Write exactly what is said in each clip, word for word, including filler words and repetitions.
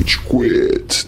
Rage Quit.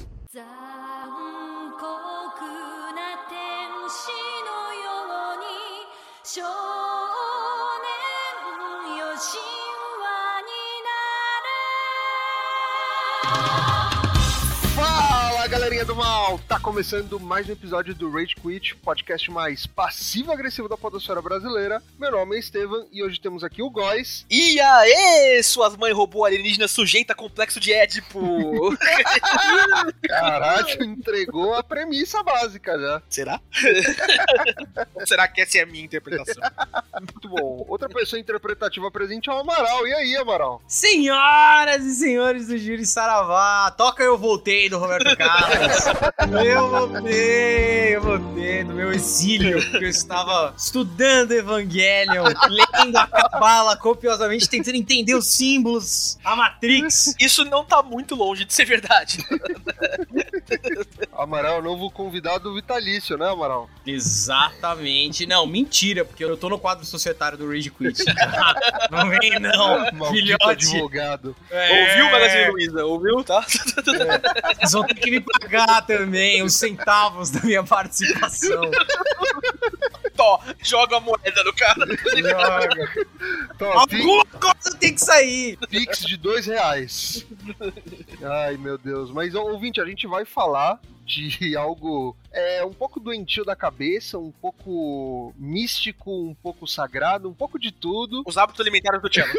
Fala, galerinha do mal! Tá começando mais um episódio do Rage Quit, podcast mais passivo-agressivo da podosfera brasileira. Meu nome é Estevam e hoje temos aqui o Góis. E aê, suas mães robô alienígena sujeita complexo de Édipo! Caralho, entregou a premissa básica já. Será? Ou será que essa é a minha interpretação? Muito bom. Outra pessoa interpretativa presente é o Amaral. E aí, Amaral? Senhoras e senhores do Júri Saravá, toca Eu Voltei do Roberto Carlos. Eu voltei, eu voltei do meu exílio, porque eu estava estudando Evangelion, lendo a Cabala copiosamente, tentando entender os símbolos, a Matrix. Isso não tá muito longe de ser verdade. Amaral é o novo convidado vitalício, né, Amaral? Exatamente. Não, mentira, porque eu tô no quadro societário do Rage Quit. Não vem não, Maldito filhote. advogado. É... Ouviu, Magazine Luiza? Ouviu, tá? É. Vocês vão ter que me pagar também os centavos da minha participação. Tó, joga a moeda no cara. Joga. Então, Alguma coisa tem que sair. Pix de dois reais. Ai, meu Deus. Mas, ouvinte, a gente vai falar de algo é, um pouco doentio da cabeça, um pouco místico, um pouco sagrado, um pouco de tudo. Os hábitos alimentares do Tchelo.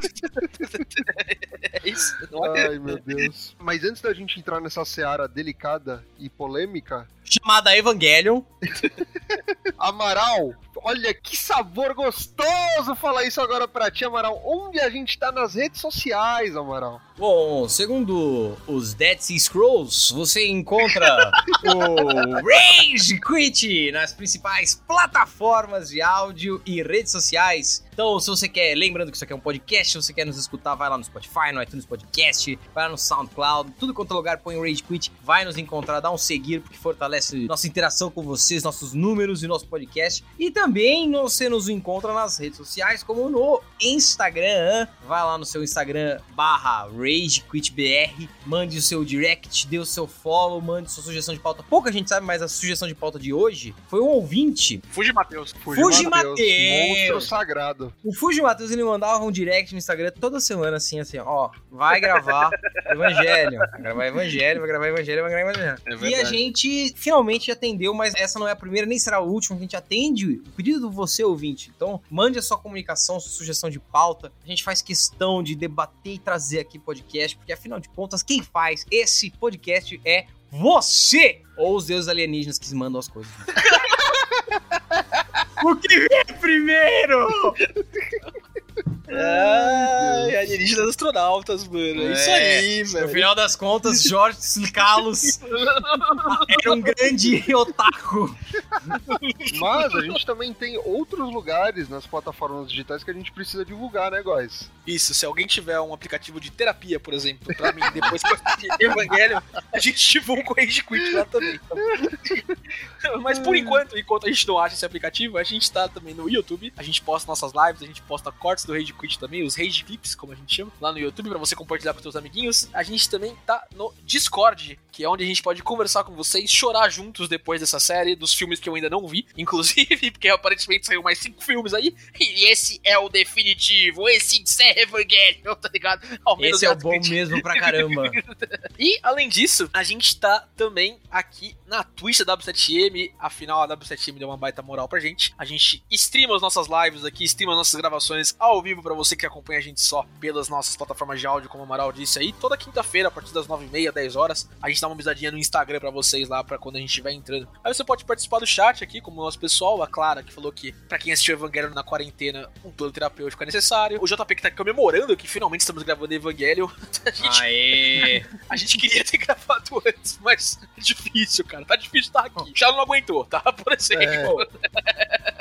É isso, não é? Ai, meu Deus. Mas antes da gente entrar nessa seara delicada e polêmica... Chamada Evangelion. Amaral, olha que sabor gostoso falar isso agora pra ti, Amaral. Onde a gente tá nas redes sociais, Amaral? Bom, segundo os Dead Sea Scrolls, você encontra o Rage Quit nas principais plataformas de áudio e redes sociais. Então, se você quer, lembrando que isso aqui é um podcast, se você quer nos escutar, vai lá no Spotify, no iTunes Podcast, vai lá no SoundCloud, tudo quanto é lugar, põe o Rage Quit, vai nos encontrar, dá um seguir, porque fortalece nossa interação com vocês, nossos números e nosso podcast. E também você nos encontra nas redes sociais, como no Instagram. Vai lá no seu Instagram, barra RageQuitBR, mande o seu direct, dê o seu follow, mande sua sugestão de pauta. Pouca gente sabe, mas a sugestão de pauta de hoje foi um ouvinte. Fuji Matheus. Fuji Matheus. Monstro sagrado. O Fuji Matheus, ele mandava um direct no Instagram toda semana, assim, assim, ó, vai gravar Evangelho, vai gravar Evangelho, vai gravar Evangelho, vai gravar Evangelho. É e a gente finalmente atendeu, mas essa não é a primeira, nem será a última, que a gente atende o pedido do você, ouvinte. Então, mande a sua comunicação, sua sugestão de pauta. A gente faz questão de debater e trazer aqui podcast, porque afinal de contas, quem faz esse podcast é você! Ou os deuses alienígenas que mandam as coisas. O que vem primeiro? Ai, alienígenas astronautas, mano. É isso aí, velho. No final das contas, Jorge Carlos era um grande otaku. Mas a gente também tem outros lugares nas plataformas digitais que a gente precisa divulgar, né, guys? Isso, se alguém tiver um aplicativo de terapia, por exemplo, pra mim, depois que eu assisti Evangelho, a gente divulga o Rage Quit lá também. Mas por enquanto, enquanto a gente não acha esse aplicativo, a gente tá também no YouTube, a gente posta nossas lives, a gente posta cortes do Rage Quit também, os Rage Clips, como a gente chama, lá no YouTube, pra você compartilhar com seus amiguinhos. A gente também tá no Discord, que é onde a gente pode conversar com vocês, chorar juntos depois dessa série, dos filmes que eu ainda não vi, inclusive, porque aparentemente saiu mais cinco filmes aí, e esse é o definitivo, esse é Evangelho, tá ligado? Ao menos esse é o bom mesmo pra caramba. E, além disso, a gente tá também aqui na Twitch da W sete M, afinal a W sete M deu uma baita moral pra gente. A gente streama as nossas lives aqui, streama as nossas gravações ao vivo pra você que acompanha a gente só pelas nossas plataformas de áudio, como o Amaral disse aí. Toda quinta-feira, a partir das nove e meia, dez horas, a gente dá uma bisadinha no Instagram pra vocês lá, pra quando a gente estiver entrando. Aí você pode participar do chat aqui, como o nosso pessoal, a Clara, que falou que pra quem assistiu Evangelho na quarentena, um plano terapêutico é necessário. O J P que tá comemorando que finalmente estamos gravando Evangelho. A gente, Aê. a gente queria ter gravado antes, mas é difícil, cara. Tá difícil estar aqui. Já não aguentou, tá? Por exemplo. É.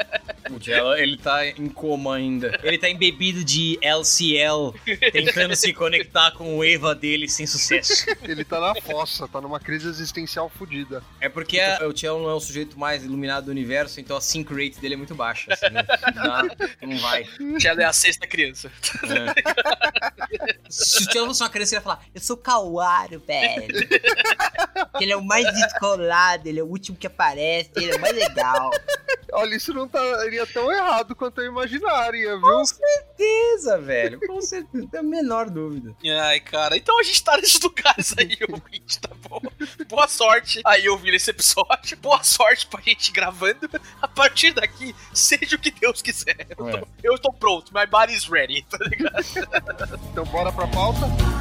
O Cello, ele tá em coma ainda. Ele tá embebido de L C L, tentando se conectar com o Eva dele sem sucesso. Ele tá na fossa, tá numa crise existencial fodida. É porque a, o Cello não é o sujeito mais iluminado do universo, então a sync rate dele é muito baixa. Assim, não, dá, não vai. O Cello é a sexta criança. É. Se o Cello fosse uma criança, ele ia falar: eu sou Kawaru, velho. Ele é o mais descolado, ele é o último que aparece, ele é o mais legal. Olha, isso não estaria tão errado quanto eu imaginaria, viu? Com certeza, velho. Com certeza, não tenho a menor dúvida. Ai, cara, então a gente tá nesses lugares aí, ouvinte, tá bom? Boa sorte aí ouvir esse episódio. Boa sorte pra gente gravando. A partir daqui, seja o que Deus quiser. Eu tô, eu tô pronto, my body's ready, tá ligado? Então bora pra pauta.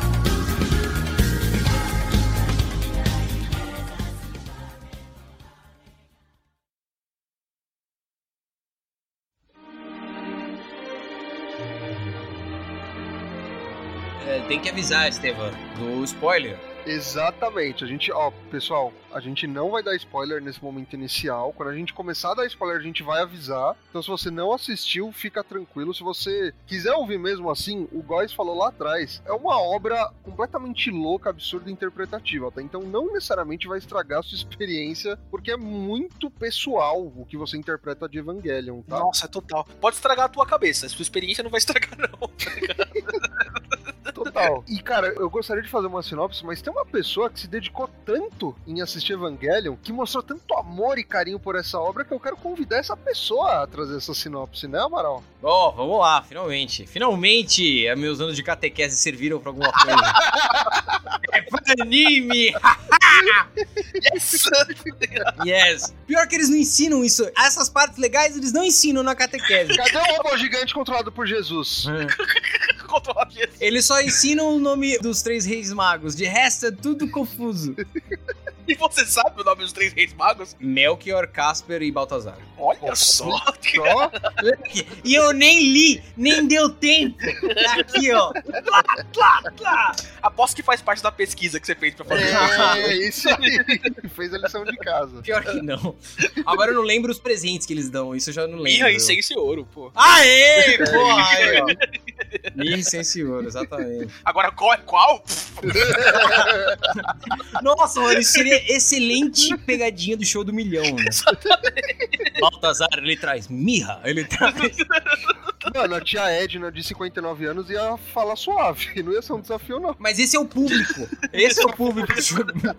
Tem que avisar, Estevam, do spoiler. Exatamente, a gente, ó, pessoal, a gente não vai dar spoiler nesse momento inicial. Quando a gente começar a dar spoiler, a gente vai avisar. Então, se você não assistiu, fica tranquilo. Se você quiser ouvir mesmo assim, o Góis falou lá atrás, é uma obra completamente louca, absurda e interpretativa, tá? Então, não necessariamente vai estragar a sua experiência, porque é muito pessoal o que você interpreta de Evangelion, tá? Nossa, é total. Pode estragar a tua cabeça, a sua experiência não vai estragar, não, tá ligado? Total. E, cara, eu gostaria de fazer uma sinopse, mas tem uma pessoa que se dedicou tanto em assistir Evangelion, que mostrou tanto amor e carinho por essa obra, que eu quero convidar essa pessoa a trazer essa sinopse, né, Amaral? Ó, oh, vamos lá, finalmente. Finalmente, meus anos de catequese serviram pra alguma coisa. É pra anime! Yes! Yes! Pior que eles não ensinam isso. Essas partes legais, eles não ensinam na catequese. Cadê o robô gigante controlado por Jesus? Controlado por Jesus. Eles só ensinam o nome dos três reis magos. De resto, é tudo confuso. E você sabe o nome dos três reis magos? Melchior, Casper e Baltazar. Olha oh, só! Só? E eu nem li, nem deu tempo. Aqui, ó. Tlá, tlá, tlá. Aposto que faz parte da pesquisa que você fez pra fazer. É, isso aí. Fez a lição de casa. Pior que não. Agora eu não lembro os presentes que eles dão. Isso eu já não lembro. Mirra, incenso e ouro, pô. Aê, pô! Aí, ó. Mirra, incenso e ouro, exatamente. Agora qual é qual? Nossa, mano, isso seria excelente pegadinha do show do milhão, né? Baltazar, ele traz mirra, ele traz... Mano, a tia Edna, de cinquenta e nove anos, ia falar suave. Não ia ser um desafio, não. Mas esse é o público. Esse é o público do show do milhão.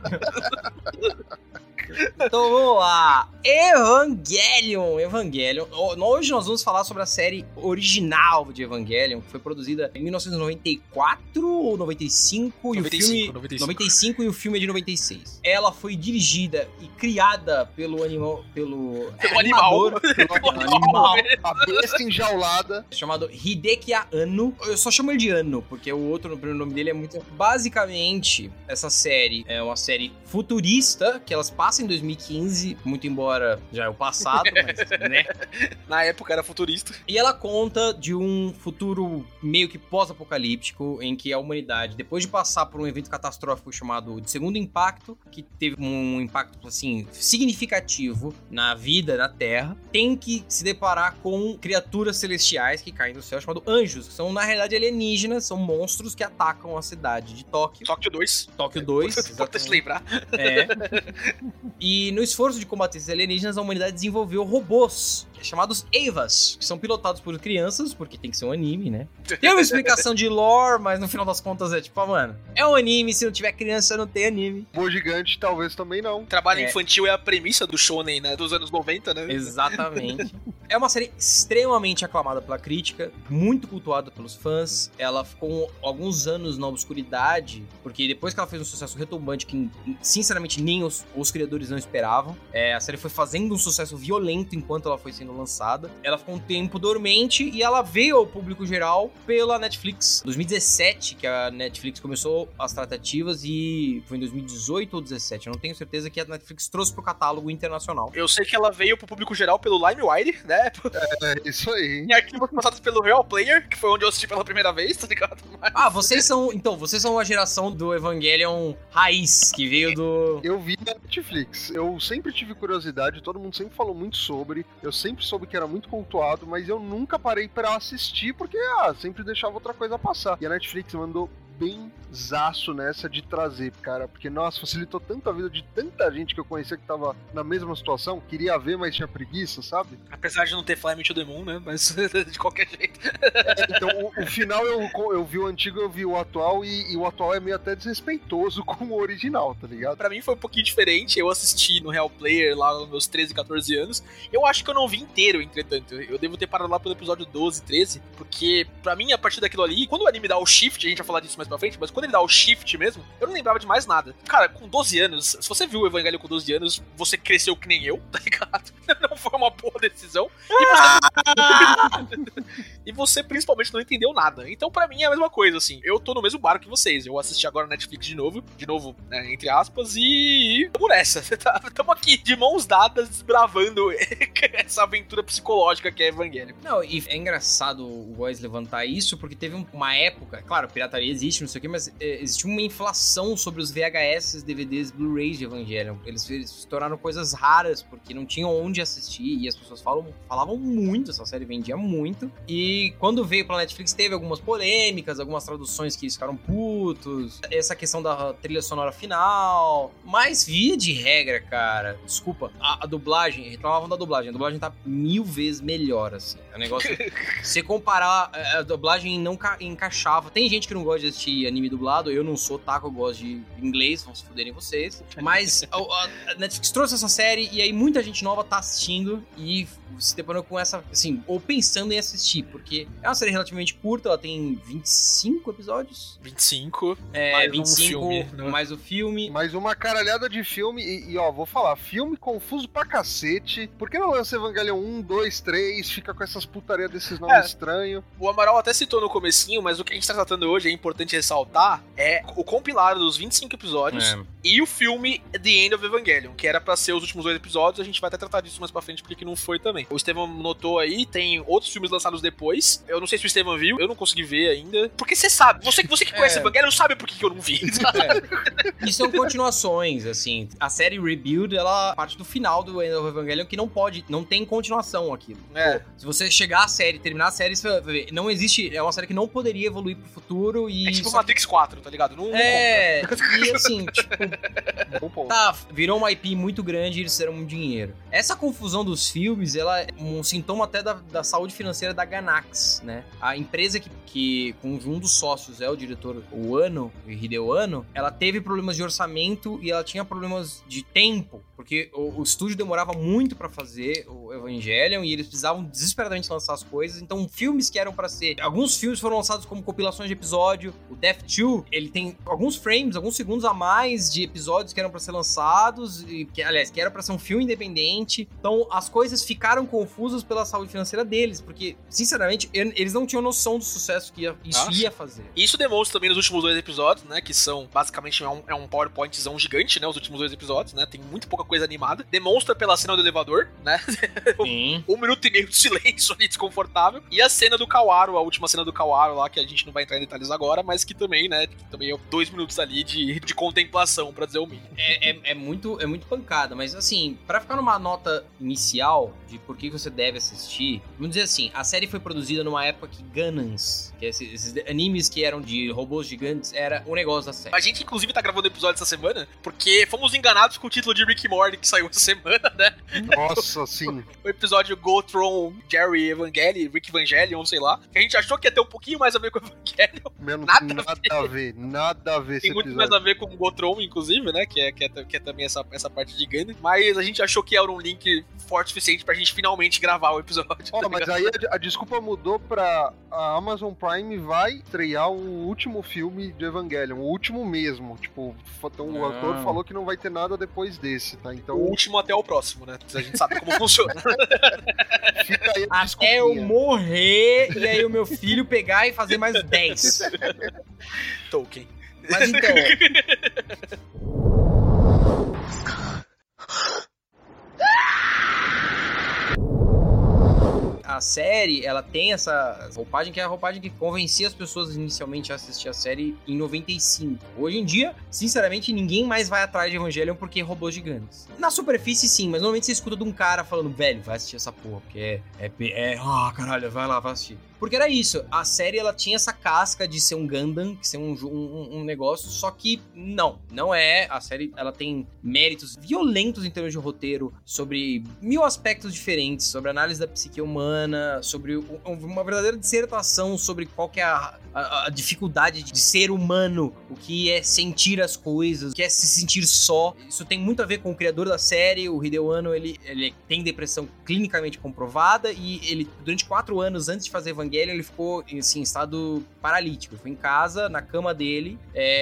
Então vamos lá. Evangelion. Evangelion. Hoje nós vamos falar sobre a série original de Evangelion, que foi produzida em mil novecentos e noventa e quatro ou noventa e cinco. noventa e cinco, e o filme... noventa e cinco. noventa e cinco e o filme é de noventa e seis. Ela foi dirigida e criada pelo animal... Pelo, pelo animador. Pelo animal. A besta enjaulada. Chamado Hideki Anno. Eu só chamo ele de Anno, porque o outro, o primeiro nome dele é muito... Basicamente, essa série é uma série futurista, que elas passam em dois mil e quinze, muito embora já é o passado, mas, né? Na época era futurista. E ela conta de um futuro meio que pós-apocalíptico, em que a humanidade, depois de passar por um evento catastrófico chamado de Segundo Impacto, que teve um impacto, assim, significativo na vida na Terra, tem que se deparar com criaturas celestiais que caem do céu, chamado anjos, que são, na realidade, alienígenas, são monstros que atacam a cidade de Tóquio. Tóquio dois. Tóquio dois. Importante lembrar. É. E no esforço de combater esses alienígenas, a humanidade desenvolveu robôs, chamados Evas, que são pilotados por crianças, porque tem que ser um anime, né? Tem uma explicação de lore, mas no final das contas é tipo, ah, mano, é um anime, se não tiver criança, não tem anime. Robô gigante, talvez também não. Trabalho É. infantil é a premissa do shonen, né? Dos anos noventa, né? Exatamente. É uma série extremamente aclamada pela crítica, muito cultuada pelos fãs. Ela ficou alguns anos na obscuridade, porque depois que ela fez um sucesso retumbante que, sinceramente, nem os, os criadores não esperavam, é, a série foi fazendo um sucesso violento enquanto ela foi sendo lançada. Ela ficou um tempo dormente e ela veio ao público geral pela Netflix. Em dois mil e dezessete, que a Netflix começou as tratativas, e foi em dois mil e dezoito ou dezessete, eu não tenho certeza, que a Netflix trouxe pro catálogo internacional. Eu sei que ela veio pro público geral pelo LimeWire, né? né? É, isso aí. Em arquivos passados pelo Real Player, que foi onde eu assisti pela primeira vez, tá ligado? Mas... Ah, vocês são, então, vocês são a geração do Evangelion raiz, que veio do... Eu vi na Netflix, eu sempre tive curiosidade, todo mundo sempre falou muito sobre, eu sempre soube que era muito pontuado, mas eu nunca parei pra assistir, porque, ah, sempre deixava outra coisa passar. E a Netflix mandou bem zaço nessa de trazer, cara, porque, nossa, facilitou tanto a vida de tanta gente que eu conhecia que tava na mesma situação, queria ver, mas tinha preguiça, sabe? Apesar de não ter Fly Me to the Moon, né, mas de qualquer jeito. É, então, o, o final eu, eu vi o antigo, eu vi o atual, e, e o atual é meio até desrespeitoso com o original, tá ligado? Pra mim foi um pouquinho diferente, eu assisti no Real Player lá nos meus treze, catorze anos, eu acho que eu não vi inteiro, entretanto, eu devo ter parado lá pelo episódio doze, treze, porque pra mim, a partir daquilo ali, quando o anime dá o shift, a gente vai falar disso mais pra frente, mas quando ele dá o shift mesmo, eu não lembrava de mais nada. Cara, com doze anos, se você viu o Evangelho com doze anos, você cresceu que nem eu, tá ligado? Não foi uma boa decisão. E você, e você principalmente não entendeu nada. Então pra mim é a mesma coisa, assim. Eu tô no mesmo barco que vocês. Eu assisti agora na Netflix de novo, de novo, né, entre aspas, e tamo nessa. Tamo aqui, de mãos dadas, desbravando essa aventura psicológica que é Evangelho. Não, e é engraçado o Góis levantar isso, porque teve uma época, claro, pirataria existe, não sei o que, mas é, existiu uma inflação sobre os V H S, D V Ds, Blu-rays de Evangelion. Eles, eles se tornaram coisas raras, porque não tinham onde assistir, e as pessoas falam, falavam muito, essa série vendia muito, e quando veio pra Netflix teve algumas polêmicas, algumas traduções que eles ficaram putos, essa questão da trilha sonora final, mas via de regra, cara, desculpa, a, a dublagem, reclamavam da dublagem, a dublagem tá mil vezes melhor, assim, o negócio, se comparar, a dublagem não ca- encaixava, tem gente que não gosta de assistir anime dublado, eu não sou, tá, que eu gosto de inglês, vão se fuderem vocês, mas a, a Netflix trouxe essa série e aí muita gente nova tá assistindo e se deparou com essa, assim, ou pensando em assistir, porque é uma série relativamente curta, ela tem vinte e cinco episódios. vinte e cinco. É, mais vinte e cinco, um filme, né? mais o filme. Mais uma caralhada de filme, e, e ó, vou falar, filme confuso pra cacete. Por que não lança Evangelion um, dois, três, fica com essas putarias desses nomes É. estranhos? O Amaral até citou no comecinho, mas o que a gente tá tratando hoje, é importante ressaltar, é o compilado dos vinte e cinco episódios É. e o filme The End of Evangelion, que era pra ser os últimos dois episódios, a gente vai até tratar disso mais pra frente, porque não foi também. O Estevão notou aí, tem outros filmes lançados depois, eu não sei se o Estevão viu, eu não consegui ver ainda, porque você sabe, você, você que conhece É. Evangelion sabe por que que eu não vi. É. E são continuações, assim. A série Rebuild, ela parte do final do End of Evangelion, que não pode, não tem continuação aquilo. É. Pô, se você chegar à série, terminar a série, você vai ver, não existe, é uma série que não poderia evoluir pro futuro e... É tipo só- Matrix quatro, tá ligado? Não, não É, e assim, tipo, Bom ponto. tá, virou uma I P muito grande e eles fizeram muito dinheiro. Essa confusão dos filmes, ela é um sintoma até da, da saúde financeira da Gainax, né? A empresa que, que, com um dos sócios é o diretor, o Ano, o Hideo Anno, ela teve problemas de orçamento e ela tinha problemas de tempo, porque o, o estúdio demorava muito pra fazer o Evangelion e eles precisavam desesperadamente lançar as coisas, então filmes que eram pra ser... Alguns filmes foram lançados como compilações de episódio, o Death dois, ele tem alguns frames, alguns segundos a mais de episódios que eram pra ser lançados, e que, aliás, que era pra ser um filme independente, então as coisas ficaram confusas pela saúde financeira deles, porque, sinceramente, eu- eles não tinham noção do sucesso que ia- isso Nossa. ia fazer. E isso demonstra também nos últimos dois episódios, né? Que são, basicamente, é um, é um PowerPointzão gigante, né? Os últimos dois episódios, né? Tem muito pouca coisa animada. Demonstra pela cena do elevador, né? Sim. Um minuto e meio de silêncio ali, desconfortável. E a cena do Kawaru, a última cena do Kawaru lá, que a gente não vai entrar em detalhes agora, mas que também, né? Que também é dois minutos ali de, de contemplação, pra dizer o mínimo. É, é, é muito, é muito pancada, mas assim, pra ficar numa nota inicial de por que você deve assistir, vamos dizer assim, a série foi produzida numa época que Gundams, que é esses, esses animes que eram de robôs gigantes, era o negócio da série. A gente, inclusive, tá gravando o episódio essa semana, porque fomos enganados com o título de Rick e Morty que saiu essa semana, né? Nossa, sim. O episódio Gotron, Jerry Evangelion, Rick Evangelion, sei lá, que a gente achou que ia ter um pouquinho mais a ver com o Evangelion. Menos, Nada nada, a a ver, nada a ver Tem esse muito episódio. mais a ver com o Gotron, inclusive, né? Que é, que é, que é também essa, essa parte de Gundam. Mas a gente achou que era um link forte o suficiente pra gente finalmente gravar o episódio. Ó, tá mas ligado? aí a, a desculpa mudou pra a Amazon Prime vai estrear o último filme de Evangelion, o último mesmo. Tipo, então, o Não. autor falou que não vai ter nada depois desse, tá? O Então último até o próximo, né? A gente sabe como funciona. fica aí a Até eu desculpinha. morrer e aí o meu filho pegar e fazer mais dez. Tolkien. Mas então, a série, ela tem essa roupagem que é a roupagem que convencia as pessoas inicialmente a assistir a série em noventa e cinco. Hoje em dia, sinceramente, ninguém mais vai atrás de Evangelion porque é robôs gigantes. Na superfície, sim, mas normalmente você escuta de um cara falando, velho, vai assistir essa porra, porque é... é, é ah, caralho, vai lá, vai assistir. Porque era isso, a série ela tinha essa casca de ser um Gundam, de ser um, um, um negócio, só que não, não é. A série ela tem méritos violentos em termos de roteiro, sobre mil aspectos diferentes, sobre a análise da psique humana, sobre uma verdadeira dissertação sobre qual que é a, a, a dificuldade de ser humano, o que é sentir as coisas, o que é se sentir só. Isso tem muito a ver com o criador da série, o Hideo Anno, ele, ele tem depressão clinicamente comprovada e ele, durante quatro anos antes de fazer Evangelion, ele ficou, assim, em estado paralítico. Ele foi em casa, na cama dele,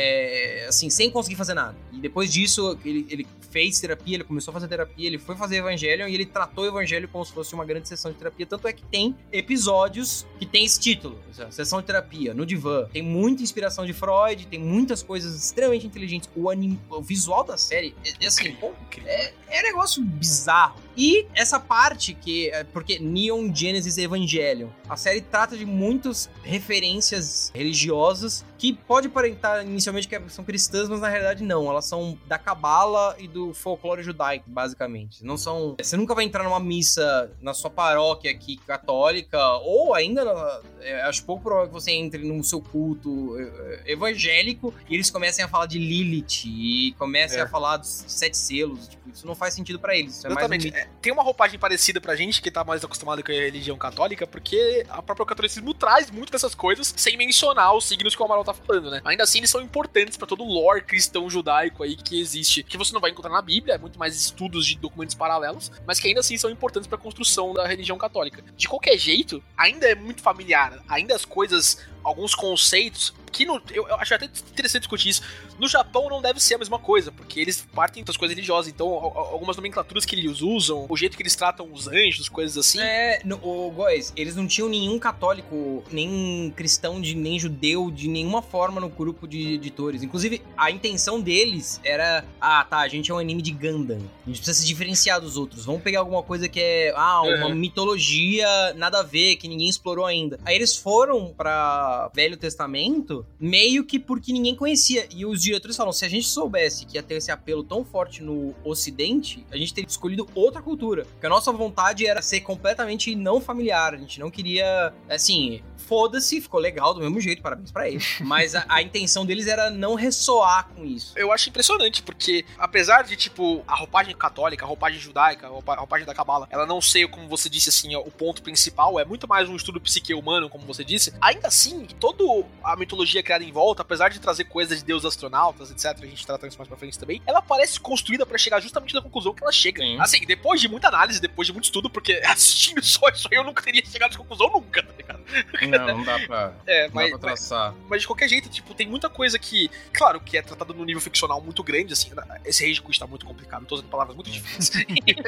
é, assim, sem conseguir fazer nada. E depois disso, ele, ele fez terapia, ele começou a fazer terapia, ele foi fazer Evangelion e ele tratou o Evangelho como se fosse uma grande sessão de terapia. Tanto é que tem episódios que tem esse título, sessão de terapia, no divã. Tem muita inspiração de Freud, tem muitas coisas extremamente inteligentes. O, anim, o visual da série, é, assim, é, é negócio bizarro. E essa parte que... Porque Neon Genesis Evangelion. A série trata de muitas referências religiosas que pode aparentar inicialmente que são cristãs, mas na realidade não. Elas são da Cabala e do folclore judaico, basicamente. Não são... Você nunca vai entrar numa missa na sua paróquia aqui católica, ou ainda... É, acho pouco provável que você entre no seu culto evangélico e eles comecem a falar de Lilith e comecem é. a falar dos sete selos. Tipo, isso não faz sentido pra eles. Isso Exatamente. É mais um... é, tem uma roupagem parecida pra gente que tá mais acostumado com a religião católica, porque a própria catolicismo traz muito dessas coisas sem mencionar os signos que o Amaral tá falando, né? Ainda assim, eles são importantes pra todo o lore cristão judaico aí que existe, que você não vai encontrar na Bíblia, é muito mais estudos de documentos paralelos, mas que ainda assim são importantes pra construção da religião católica. De qualquer jeito, ainda é muito familiar, ainda as coisas, alguns conceitos que no, eu, eu acho até interessante discutir isso. No Japão não deve ser a mesma coisa, porque eles partem das coisas religiosas, então algumas nomenclaturas que eles usam, o jeito que eles tratam os anjos, coisas assim. É, no, o Góis, eles não tinham nenhum católico, nem cristão, de, nem judeu, de nenhuma forma no grupo de editores. Inclusive, a intenção deles era, ah, tá, a gente é um anime de Gundam, a gente precisa se diferenciar dos outros, vamos pegar alguma coisa que é, ah, uma uhum. mitologia nada a ver, que ninguém explorou ainda. Aí eles foram pra Velho Testamento, meio que porque ninguém conhecia. E os diretores falam, se a gente soubesse que ia ter esse apelo tão forte no Ocidente, a gente teria escolhido outra cultura. Porque a nossa vontade era ser completamente não familiar. A gente não queria, assim, foda-se, ficou legal do mesmo jeito, parabéns pra eles. Mas a, a intenção deles era não ressoar com isso. Eu acho impressionante, porque apesar de, tipo, a roupagem católica, a roupagem judaica, a roupagem da Cabala, ela não ser, como você disse, assim, ó, o ponto principal, é muito mais um estudo psique humano, como você disse. Ainda assim, toda a mitologia criada em volta, apesar de trazer coisas de deuses astronautas, etcétera, a gente trata isso mais pra frente também, ela parece construída pra chegar justamente na conclusão que ela chega. Sim. Assim, depois de muita análise, depois de muito estudo, porque assistindo só isso aí eu nunca teria chegado nessa conclusão nunca, tá ligado? Não, não dá pra, é, não mas, dá pra traçar. Mas, mas de qualquer jeito, tipo, tem muita coisa que, claro, que é tratada num nível ficcional muito grande, assim, esse Rage Quit tá muito complicado, tô usando palavras muito difíceis.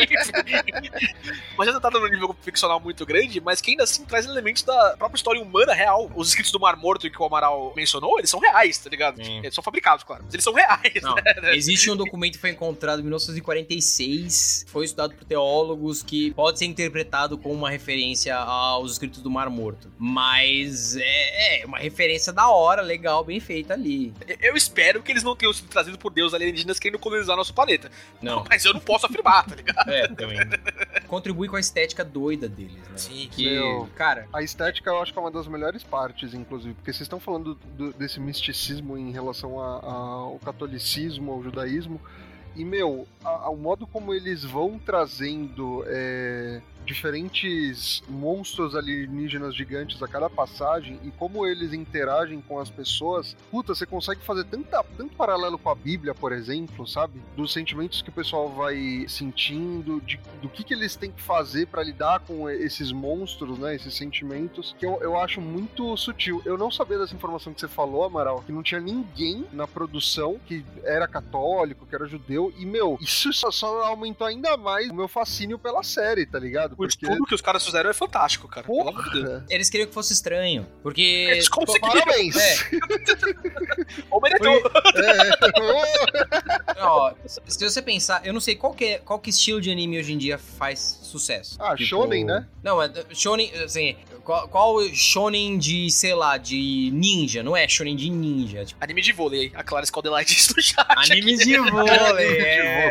Mas é tratado num nível ficcional muito grande, mas que ainda assim traz elementos da própria história humana real. Os escritos do Mar Morto que o Amaral mencionou, eles são reais, tá ligado? Sim. Eles são fabricados, claro, mas eles são reais. Não, né? Existe um documento que foi encontrado em mil novecentos e quarenta e seis, foi estudado por teólogos, que pode ser interpretado como uma referência aos escritos do Mar Morto. Mas é, é uma referência da hora, legal, bem feita ali. Eu espero que eles não tenham sido trazidos por deuses alienígenas querendo colonizar nosso planeta. Não. Mas eu não posso afirmar, tá ligado? É, também. Contribui com a estética doida deles, né? Sim. Que, Meu, cara... A estética eu acho que é uma das melhores partes, inclusive, porque vocês estão falando do, desse misticismo em relação a, a, ao catolicismo, ao judaísmo, e, meu, a, o modo como eles vão trazendo é, diferentes monstros alienígenas gigantes a cada passagem e como eles interagem com as pessoas, puta, você consegue fazer tanta, tanto paralelo com a Bíblia, por exemplo, sabe? Dos sentimentos que o pessoal vai sentindo, de, do que, que eles têm que fazer pra lidar com esses monstros, né? Esses sentimentos, que eu, eu acho muito sutil. Eu não sabia dessa informação que você falou, Amaral, que não tinha ninguém na produção que era católico, que era judeu, e, meu, isso só, só aumentou ainda mais o meu fascínio pela série, tá ligado? Porque... O estudo que os caras fizeram é fantástico, cara. Porra. Pelo amor de Deus. Eles queriam que fosse estranho, porque... Eles conseguiram. Parabéns! É. Ou mereceu. É. ó, se você pensar, eu não sei qual que, é, qual que estilo de anime hoje em dia faz sucesso. Ah, tipo, shonen, né? Não, é shonen, assim, qual, qual shonen de, sei lá, de ninja, não é shonen de ninja. Tipo, Anime de vôlei, a Clara Scaldelight diz no chat. anime aqui. de vôlei, é.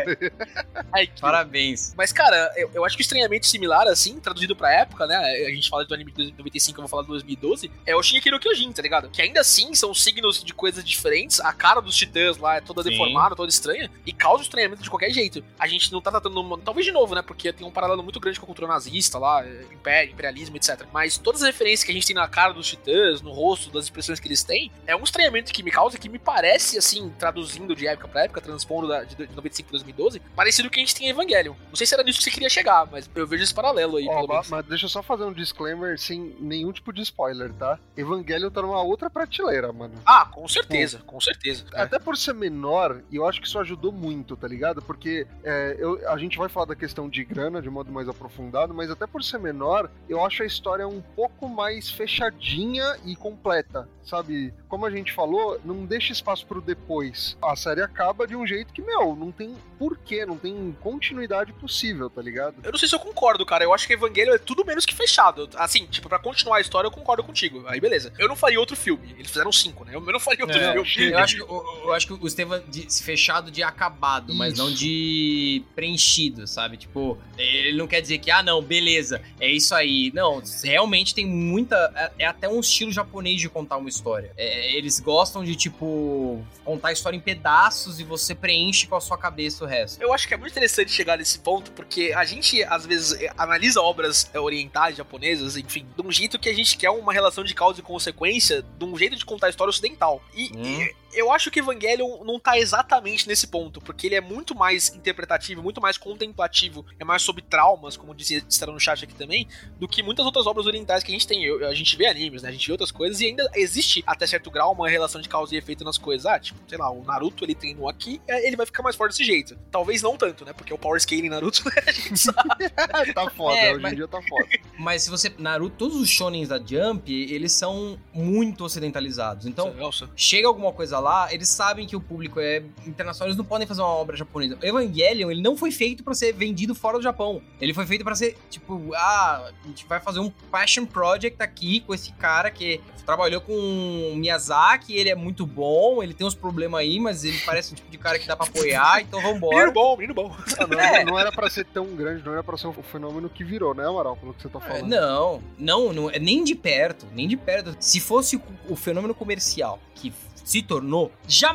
Ai, que... Parabéns. Mas, cara, eu, eu acho que o estranhamento similar, assim, traduzido pra época, né? A gente fala do anime de noventa e cinco, eu vou falar do dois mil e doze, é o Shingeki no Kyojin, tá ligado? Que ainda assim são signos de coisas diferentes, a cara dos titãs lá é toda Sim. deformada, toda estranha, e causa estranhamento de qualquer jeito. A gente não tá tratando, uma... talvez de novo, né? Porque tem um paralelo muito grande com a cultura nazista lá, império, imperialismo, etcétera. Mas todas as referências que a gente tem na cara dos titãs, no rosto, das expressões que eles têm, é um estranhamento que me causa, que me parece, assim, traduzindo de época pra época, transpondo da, de noventa e cinco pra dois mil e doze, parecido com o que a gente tem em Evangelion. Não sei se era nisso que você queria chegar, mas eu vejo esse paralelo aí, Ó, pelo mas, menos. mas deixa eu só fazer um disclaimer sem nenhum tipo de spoiler, tá? Evangelion tá numa outra prateleira, mano. Ah, com certeza, com certeza. É. Até por ser menor, e eu acho que isso ajudou muito, tá ligado? Porque é, eu, a gente vai falar da questão de grana de modo mais aprofundado, mas até por ser menor, eu acho a história um pouco mais fechadinha e completa, sabe? Como a gente falou, não deixa espaço pro depois. A série acaba de um jeito que, meu, não tem porquê, não tem continuidade possível, tá ligado? Eu não sei se eu concordo, cara. Eu acho que Evangelion é tudo menos que fechado. Assim, tipo, pra continuar a história, eu concordo contigo. Aí, beleza. Eu não faria outro filme. Eles fizeram cinco, né? Eu não faria outro É, filme. eu, acho que, eu, eu acho que o Estevam disse fechado de acabado, mas Isso. não de preenchido, sabe? Tipo, ele não quer dizer que, ah, não, beleza, é isso aí. Não, realmente tem muita... É, é até um estilo japonês de contar uma história. É, eles gostam de, tipo, contar a história em pedaços e você preenche com a sua cabeça o resto. Eu acho que é muito interessante chegar nesse ponto, porque a gente, às vezes, analisa obras orientais, japonesas, enfim, de um jeito que a gente quer uma relação de causa e consequência, de um jeito de contar a história ocidental. E... Hum. e eu acho que Evangelion não tá exatamente nesse ponto, porque ele é muito mais interpretativo, muito mais contemplativo, é mais sobre traumas, como dizia, disseram no chat aqui também, do que muitas outras obras orientais que a gente tem. Eu, a gente vê animes, né? A gente vê outras coisas e ainda existe, até certo grau, uma relação de causa e efeito nas coisas. Ah, tipo, sei lá, o Naruto, ele treinou aqui, ele vai ficar mais forte desse jeito. Talvez não tanto, né? Porque o power scaling Naruto, né? A gente sabe. Tá foda, É, hoje mas- em dia tá foda. Mas se você... Naruto, todos os shonens da Jump, eles são muito ocidentalizados. Então, Nossa. chega alguma coisa lá, eles sabem que o público é internacional, eles não podem fazer uma obra japonesa. O Evangelion, ele não foi feito pra ser vendido fora do Japão. Ele foi feito pra ser, tipo, ah, a gente vai fazer um passion project aqui com esse cara que trabalhou com o Miyazaki, ele é muito bom, ele tem uns problemas aí, mas ele parece o tipo de cara que dá pra apoiar, então Menino vambora. bom, menino bom. Ah, não, É. não era pra ser tão grande, não era pra ser o fenômeno que virou, né, Amaral? Pelo que você tá É, falando. Não, não, não, é nem de perto, nem de perto. Se fosse o, o fenômeno comercial que se tornou,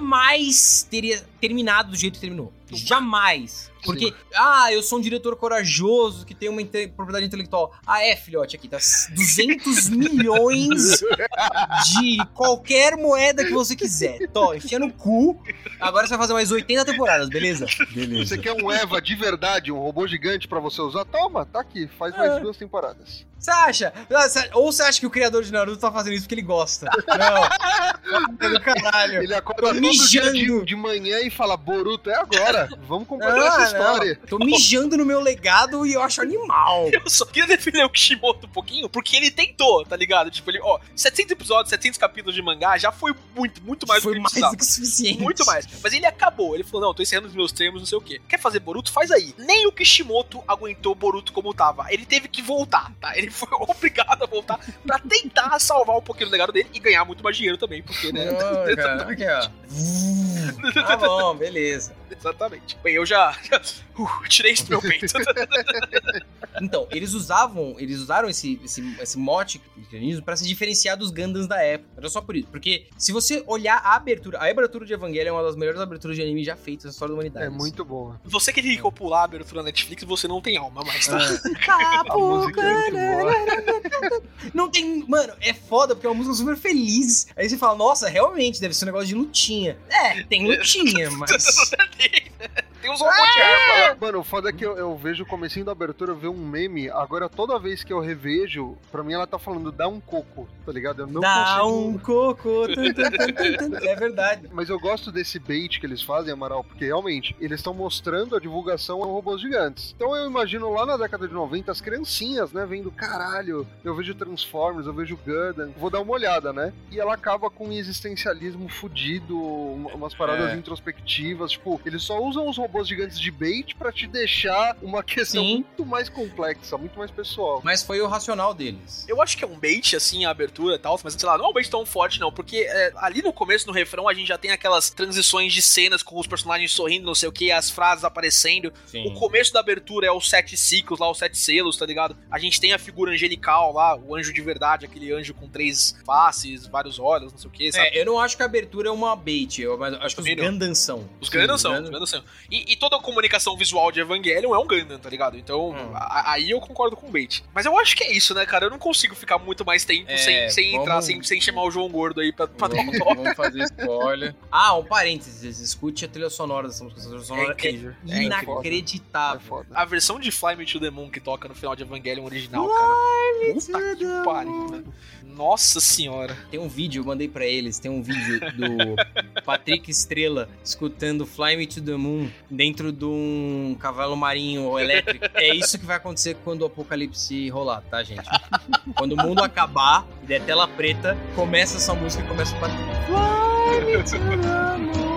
jamais teria terminado do jeito que terminou. Jamais. Porque, ah, eu sou um diretor corajoso que tem uma inte- propriedade intelectual. Ah, é, filhote, aqui tá duzentos milhões de qualquer moeda que você quiser. Tó, enfia no cu. Agora você vai fazer mais oitenta temporadas, beleza? Você quer um Eva de verdade, um robô gigante pra você usar? Toma, tá aqui, faz mais É. duas temporadas. Você acha? Ou você acha que o criador de Naruto tá fazendo isso porque ele gosta? Não. Do caralho. Ele acorda Tô todo dia mijando. de, de manhã e fala, Boruto, é agora, vamos completar Ah, essa história. não. Tô mijando no meu legado e eu acho animal. Eu só queria defender o Kishimoto um pouquinho, porque ele tentou, tá ligado? Tipo, ele, ó, setecentos episódios, setecentos capítulos de mangá já foi muito, muito mais Foi do que ele mais precisava. do que suficiente. Muito mais. Mas ele acabou. Ele falou, não, tô encerrando os meus termos, não sei o quê. Quer fazer Boruto? Faz aí. Nem o Kishimoto aguentou Boruto como tava. Ele teve que voltar, tá? Ele foi obrigado a voltar pra tentar salvar um pouquinho do legado dele e ganhar muito mais dinheiro também, porque, né? Não, cara, aqui, ó. Tá bom, beleza. Exatamente. Bem, eu já, já uh, tirei isso do meu peito. Então, eles usavam, eles usaram esse, esse, esse mote cristianismo pra se diferenciar dos Gundams da época. Era só por isso. Porque se você olhar a abertura, a abertura de Evangelion é uma das melhores aberturas de anime já feitas na história da humanidade. É muito boa. Você que clicou pular a abertura na Netflix, você não tem alma mais, tá? A música é muito boa. Não tem. Mano, é foda porque é uma música super feliz. Aí você fala, nossa, realmente, deve ser um negócio de lutinha. É, tem lutinha, mas. Tem uns robôs de arma lá. Mano, o foda é que eu, eu vejo o comecinho da abertura, eu vejo um meme, agora toda vez que eu revejo, pra mim ela tá falando, dá um coco, tá ligado? Eu não Dá consigo... um coco. Tum, tum, tum, tum, tum. É verdade. Mas eu gosto desse bait que eles fazem, Amaral, porque realmente, eles estão mostrando a divulgação a robôs gigantes. Então eu imagino lá na década de noventa, as criancinhas, né, vendo, caralho, eu vejo Transformers, eu vejo Gundam, vou dar uma olhada, né? E ela acaba com um existencialismo fudido, umas paradas É. introspectivas, tipo, eles só usam os robôs gigantes de bait pra te deixar uma questão Sim. muito mais complexa, muito mais pessoal. Mas foi o racional deles. Eu acho que é um bait, assim, a abertura e tal, mas sei lá, não é um bait tão forte, não, porque é, ali no começo, no refrão, a gente já tem aquelas transições de cenas com os personagens sorrindo, não sei o que, as frases aparecendo. Sim. O começo da abertura é os sete ciclos lá, os sete selos, tá ligado? A gente tem a figura angelical lá, o anjo de verdade, aquele anjo com três faces, vários olhos, não sei o que, sabe? É, eu não acho que a abertura é uma bait, eu mas acho que os Também não. Gundam são. Os Sim, Gundam são, os Gundam- Gundam são. E, e toda a comunicação visual de Evangelion é um Gundam, tá ligado? Então, Hum. a- aí eu concordo com o bait. Mas eu acho que é isso, né, cara? Eu não consigo ficar muito mais tempo É, sem, sem vamos- entrar, sem, sem chamar o João Gordo aí pra, pra dar um Vamos, toque. vamos fazer spoiler. Ah, um parênteses, escute a trilha sonora dessa música. A trilha sonora É incrível, é é inacreditável. É foda. A versão de Fly Me to the Moon que toca no final de Evangelion original, cara. Puta que pariu, velho. Nossa senhora. Tem um vídeo, eu mandei pra eles, tem um vídeo do Patrick Estrela escutando Fly Me to the Moon dentro de um cavalo marinho elétrico. É isso que vai acontecer quando o apocalipse rolar, tá, gente? Quando o mundo acabar e der tela preta, começa essa música e começa a bater. Fly me to the moon.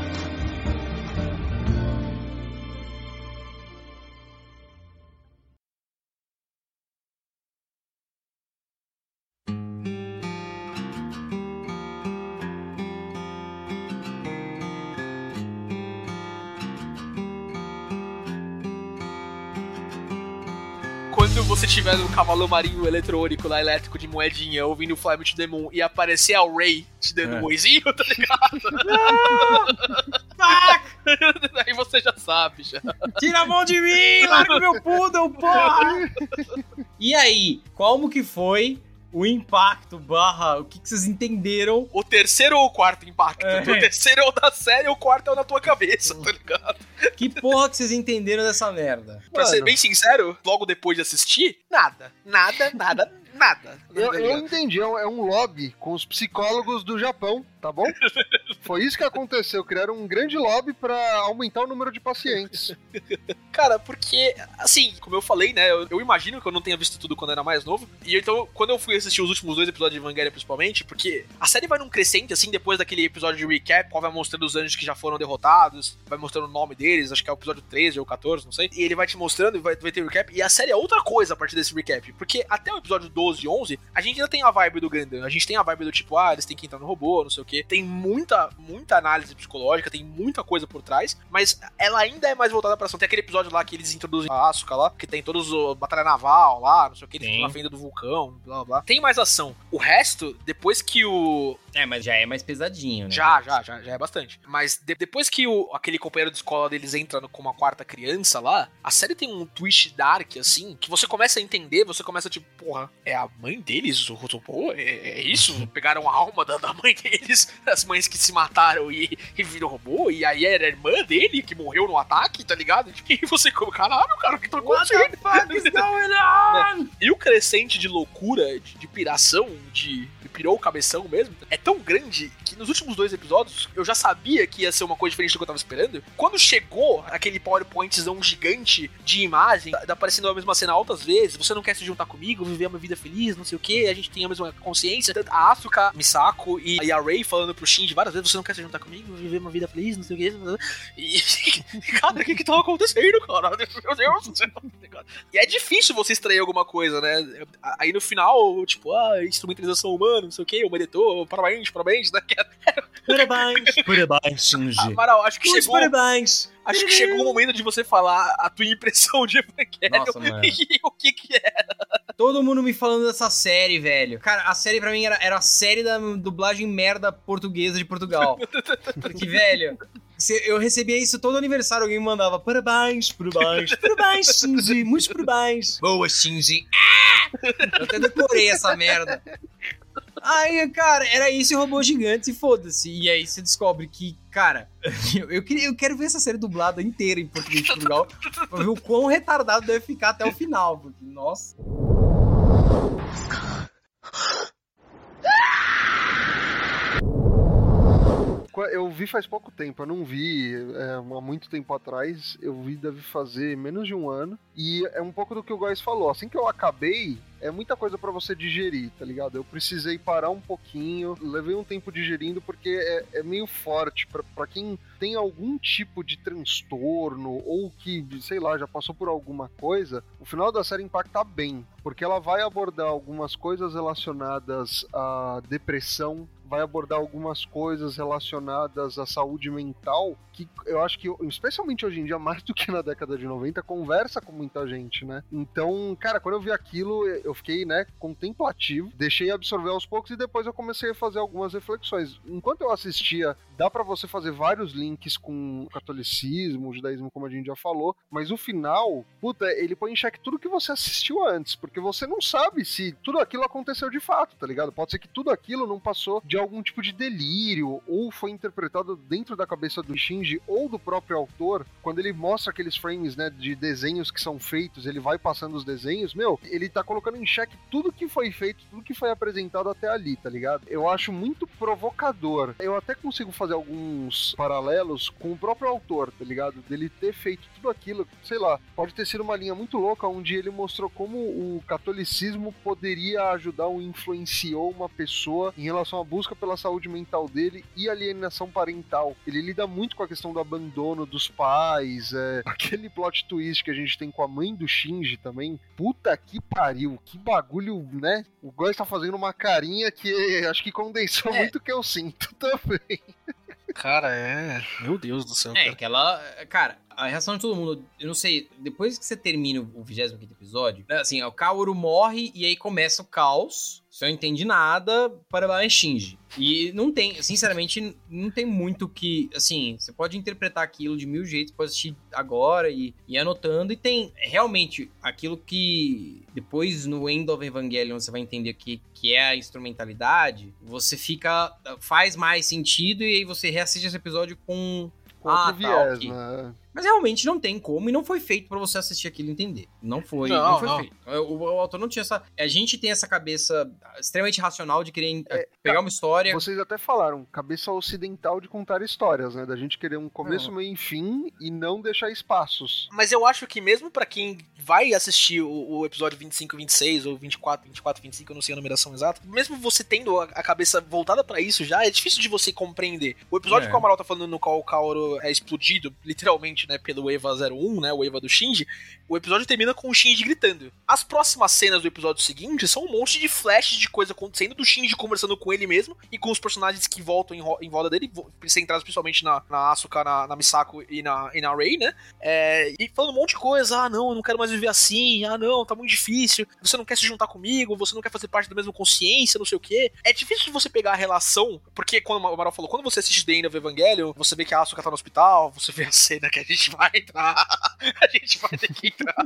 Quando você tiver no cavalo marinho eletrônico lá, elétrico de moedinha, ouvindo Fly Me to the Moon e aparecer a Ray te dando É. um oizinho, tá ligado? Aí você já sabe, já. Tira a mão de mim, larga meu poodle, porra! E aí, como que foi o impacto, barra, o que, que vocês entenderam? O terceiro ou o quarto impacto? É. O terceiro é o da série, o quarto é o na tua cabeça, tá ligado? Que porra que vocês entenderam dessa merda? Pra ser Mano. bem sincero, logo depois de assistir, nada. Nada, nada, nada. Eu, Tá eu ligado? entendi, é um, é um lobby com os psicólogos do Japão, tá bom? Foi isso que aconteceu, criaram um grande lobby pra aumentar o número de pacientes. Cara, porque, assim, como eu falei, né, eu, eu imagino que eu não tenha visto tudo quando era mais novo, e então, quando eu fui assistir os últimos dois episódios de Evangelion, principalmente, porque a série vai num crescente, assim, depois daquele episódio de recap, qual vai mostrando os anjos que já foram derrotados, vai mostrando o nome deles, acho que é o episódio treze ou quatorze, não sei, e ele vai te mostrando, e vai, vai ter o recap, e a série é outra coisa a partir desse recap, porque até o episódio doze e onze, a gente ainda tem a vibe do Gundam, a gente tem a vibe do tipo, ah, eles têm que entrar no robô, não sei o que, tem muita, muita análise psicológica, tem muita coisa por trás, mas ela ainda é mais voltada pra ação. Tem aquele episódio lá que eles introduzem a Asuka lá, que tem todos o batalha naval lá, não sei o que, eles Sim. ficam na fenda do vulcão, blá blá blá. Tem mais ação. O resto, depois que o... É, mas já é mais pesadinho, né? Já, já, já, já é bastante. Mas de- depois que o, aquele companheiro de escola deles entra no- com uma quarta criança lá, a série tem um twist dark, assim, que você começa a entender, você começa tipo, porra, é a mãe deles? O robô? É, é isso? Pegaram a alma da, da mãe deles, as mães que se mataram e, e viram robô, e aí era a irmã dele que morreu no ataque, tá ligado? E você como, caralho, cara, o que tá What acontecendo? the fuck is going on? E o crescente de loucura, de, de piração, de, de pirou o cabeção mesmo, é tão grande que nos últimos dois episódios eu já sabia que ia ser uma coisa diferente do que eu tava esperando. Quando chegou aquele PowerPointzão gigante de imagem, tá aparecendo a mesma cena altas vezes, você não quer se juntar comigo, viver uma vida feliz, não sei o que, a gente tem a mesma consciência. Tanto a Asuka, Misako e a Rei falando pro Shinji várias vezes, você não quer se juntar comigo, viver uma vida feliz, não sei o que. E, cara, o que que tá acontecendo, cara? Meu Deus do céu. E é difícil você extrair alguma coisa, né? Aí no final, tipo, ah, instrumentalização humana, não sei o que, o editor, parabéns, parabéns, né? Parabéns, parabéns, Shinji. Amaral, acho que Muitos chegou... parabéns. Acho que chegou o momento de você falar a tua impressão de Evangelion Nossa, mano. e o que que é. Todo mundo me falando dessa série, velho. Cara, a série pra mim era, era a série da dublagem merda portuguesa de Portugal. Porque, velho, se- eu recebia isso todo aniversário, alguém me mandava parabéns, parabéns, parabéns, Shinji, muitos parabéns. Boa, Shinji. Ah! Eu até decorei essa merda. Aí, cara, era isso e robô gigante e foda-se. E aí você descobre que, cara, eu, eu, queria, eu quero ver essa série dublada inteira em português de Portugal pra ver o quão retardado deve ficar até o final. Porque, nossa. Eu vi faz pouco tempo, eu não vi é, há muito tempo atrás, eu vi deve fazer menos de um ano, e é um pouco do que o Góis falou, assim que eu acabei, é muita coisa pra você digerir, tá ligado? Eu precisei parar um pouquinho, levei um tempo digerindo, porque é, é meio forte, pra, pra quem tem algum tipo de transtorno, ou que, sei lá, já passou por alguma coisa, o final da série impacta bem, porque ela vai abordar algumas coisas relacionadas à depressão, vai abordar algumas coisas relacionadas à saúde mental, que eu acho que, especialmente hoje em dia, mais do que na década de noventa, conversa com muita gente, né? Então, cara, quando eu vi aquilo, eu fiquei, né, contemplativo, deixei absorver aos poucos e depois eu comecei a fazer algumas reflexões. Enquanto eu assistia, dá pra você fazer vários links com o catolicismo, o judaísmo, como a gente já falou, mas o final, puta, ele põe em xeque tudo que você assistiu antes, porque você não sabe se tudo aquilo aconteceu de fato, tá ligado? Pode ser que tudo aquilo não passou de algum tipo de delírio, ou foi interpretado dentro da cabeça do Shinji ou do próprio autor, quando ele mostra aqueles frames, né, de desenhos que são feitos, ele vai passando os desenhos, meu, ele tá colocando em xeque tudo que foi feito, tudo que foi apresentado até ali, tá ligado? Eu acho muito provocador. Eu até consigo fazer alguns paralelos com o próprio autor, tá ligado? Dele ter feito tudo aquilo, sei lá, pode ter sido uma linha muito louca, onde ele mostrou como o catolicismo poderia ajudar ou influenciou uma pessoa em relação à busca pela saúde mental dele e alienação parental. Ele lida muito com a questão do abandono dos pais, é, aquele plot twist que a gente tem com a mãe do Shinji também. Puta que pariu, que bagulho, né? O Góis tá fazendo uma carinha que acho que condensou é. muito o que eu sinto também. Cara, é... Meu Deus do céu. É, cara. aquela... Cara, a reação de todo mundo... Eu não sei, depois que você termina o vigésimo quinto episódio, assim, o Kaoru morre e aí começa o caos. Você não entende nada para o Shinji. E não tem, sinceramente, não tem muito que... Assim, você pode interpretar aquilo de mil jeitos, pode assistir agora e ir anotando. E tem, realmente, aquilo que depois no End of Evangelion você vai entender que, que é a instrumentalidade. Você fica... Faz mais sentido e aí você reassiste esse episódio com... Com outro ah, viés, tá, okay. né? Mas realmente não tem como, e não foi feito pra você assistir aquilo e entender. Não foi, não, não foi não. feito. O, o autor não tinha essa... A gente tem essa cabeça extremamente racional de querer é, pegar uma história... Vocês até falaram, cabeça ocidental de contar histórias, né? Da gente querer um começo, não. meio e fim, e não deixar espaços. Mas eu acho que mesmo pra quem vai assistir o, o episódio vinte e cinco, vinte e seis, ou vinte e quatro, vinte e quatro, vinte e cinco, eu não sei a numeração exata, mesmo você tendo a, a cabeça voltada pra isso já, é difícil de você compreender. O episódio é. que o Amaral tá falando no qual o Kaoru é explodido, literalmente, né, pelo Eva zero um, né, o Eva do Shinji, o episódio termina com o Shinji gritando. As próximas cenas do episódio seguinte são um monte de flashes de coisa acontecendo, do Shinji conversando com ele mesmo, e com os personagens que voltam em, em volta dele, centrados principalmente na, na Asuka, na, na Misako e na, e na Rei, né, é, e falando um monte de coisa, ah não, eu não quero mais viver assim, ah não, tá muito difícil, você não quer se juntar comigo, você não quer fazer parte da mesma consciência, não sei o que. É difícil de você pegar a relação, porque quando o Amaral falou, quando você assiste The End of Evangelion, você vê que a Asuka tá no hospital, você vê a cena que a gente vai entrar, a gente vai ter que entrar.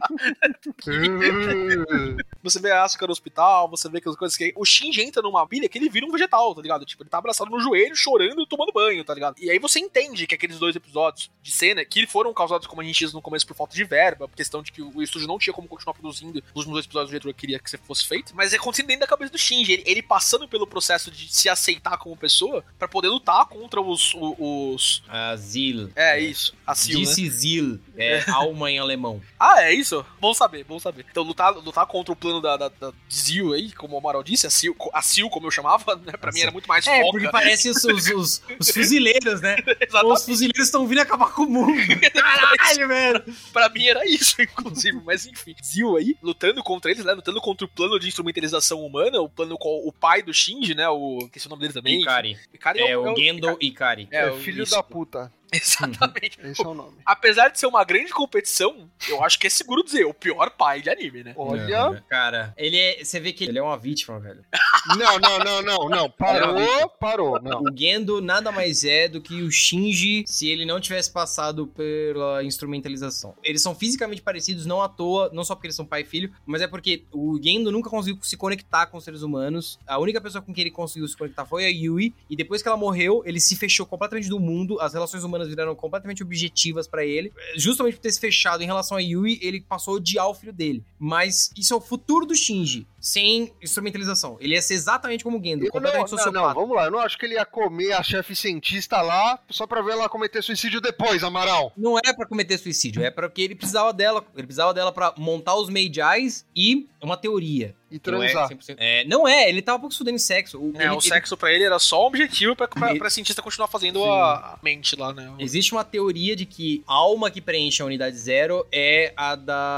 Você vê a Asuka no hospital, você vê aquelas coisas que... O Shinji entra numa pilha que ele vira um vegetal, tá ligado? Tipo, ele tá abraçado no joelho, chorando e tomando banho, tá ligado? E aí você entende que aqueles dois episódios de cena, que foram causados, como a gente diz no começo, por falta de verba, por questão de que o estúdio não tinha como continuar produzindo os dois episódios do jeito que eu queria que fosse feito, mas é acontecendo dentro da cabeça do Shinji, ele, ele passando pelo processo de se aceitar como pessoa pra poder lutar contra os... os, os... A Zil. É, é, isso. A Zil, Disse né? Zil. É alma em alemão. Ah, é isso? Bom saber, bom saber. Então, lutar, lutar contra o plano da, da, da Zil aí, como o Amaral disse, a Sil, a Sil como eu chamava, né? Pra mim era muito mais É, foca. porque parece os, os, os, os fuzileiros, né? Os fuzileiros estão vindo acabar com o mundo. Caralho, velho! Pra mim era isso, inclusive, mas enfim. Zil aí, lutando contra eles, né? Lutando contra o plano de instrumentalização humana, o plano com o pai do Shinji, né? O... Que é o nome dele também? Ikari. Ikari é, é o, é o Gendo Ikari. É, é o filho isso. da puta. Exatamente. Esse é o nome. Apesar de ser uma grande competição, eu acho que é seguro dizer, o pior pai de anime, né? Olha... Não, cara, ele é... Você vê que ele é uma vítima, velho. Não, não, não, não, não. Parou, parou. Não. O Gendo nada mais é do que o Shinji se ele não tivesse passado pela instrumentalização. Eles são fisicamente parecidos, não à toa, não só porque eles são pai e filho, mas é porque o Gendo nunca conseguiu se conectar com os seres humanos. A única pessoa com quem ele conseguiu se conectar foi a Yui, e depois que ela morreu, ele se fechou completamente do mundo, as relações humanas viraram completamente objetivas pra ele. Justamente por ter se fechado em relação a Yui, ele passou a odiar o filho dele. Mas isso é o futuro do Shinji, sem instrumentalização. Ele ia ser exatamente como o Gendo, Eu completamente não, sociopata. não, não, vamos lá, eu não acho que ele ia comer a chefe cientista lá só pra ver ela cometer suicídio depois, Amaral. Não é pra cometer suicídio, é porque ele precisava dela. Ele precisava dela pra montar os Meijais e uma teoria. E Não é, transar. cem por cento. É, não é, ele tava um pouco estudando em sexo. O, É, ele- o sexo pra ele era só um objetivo pra, pra, Ele- pra cientista continuar fazendo Sim. a, a mente lá, né? ele- existe uma teoria de que a alma que preenche a unidade zero é a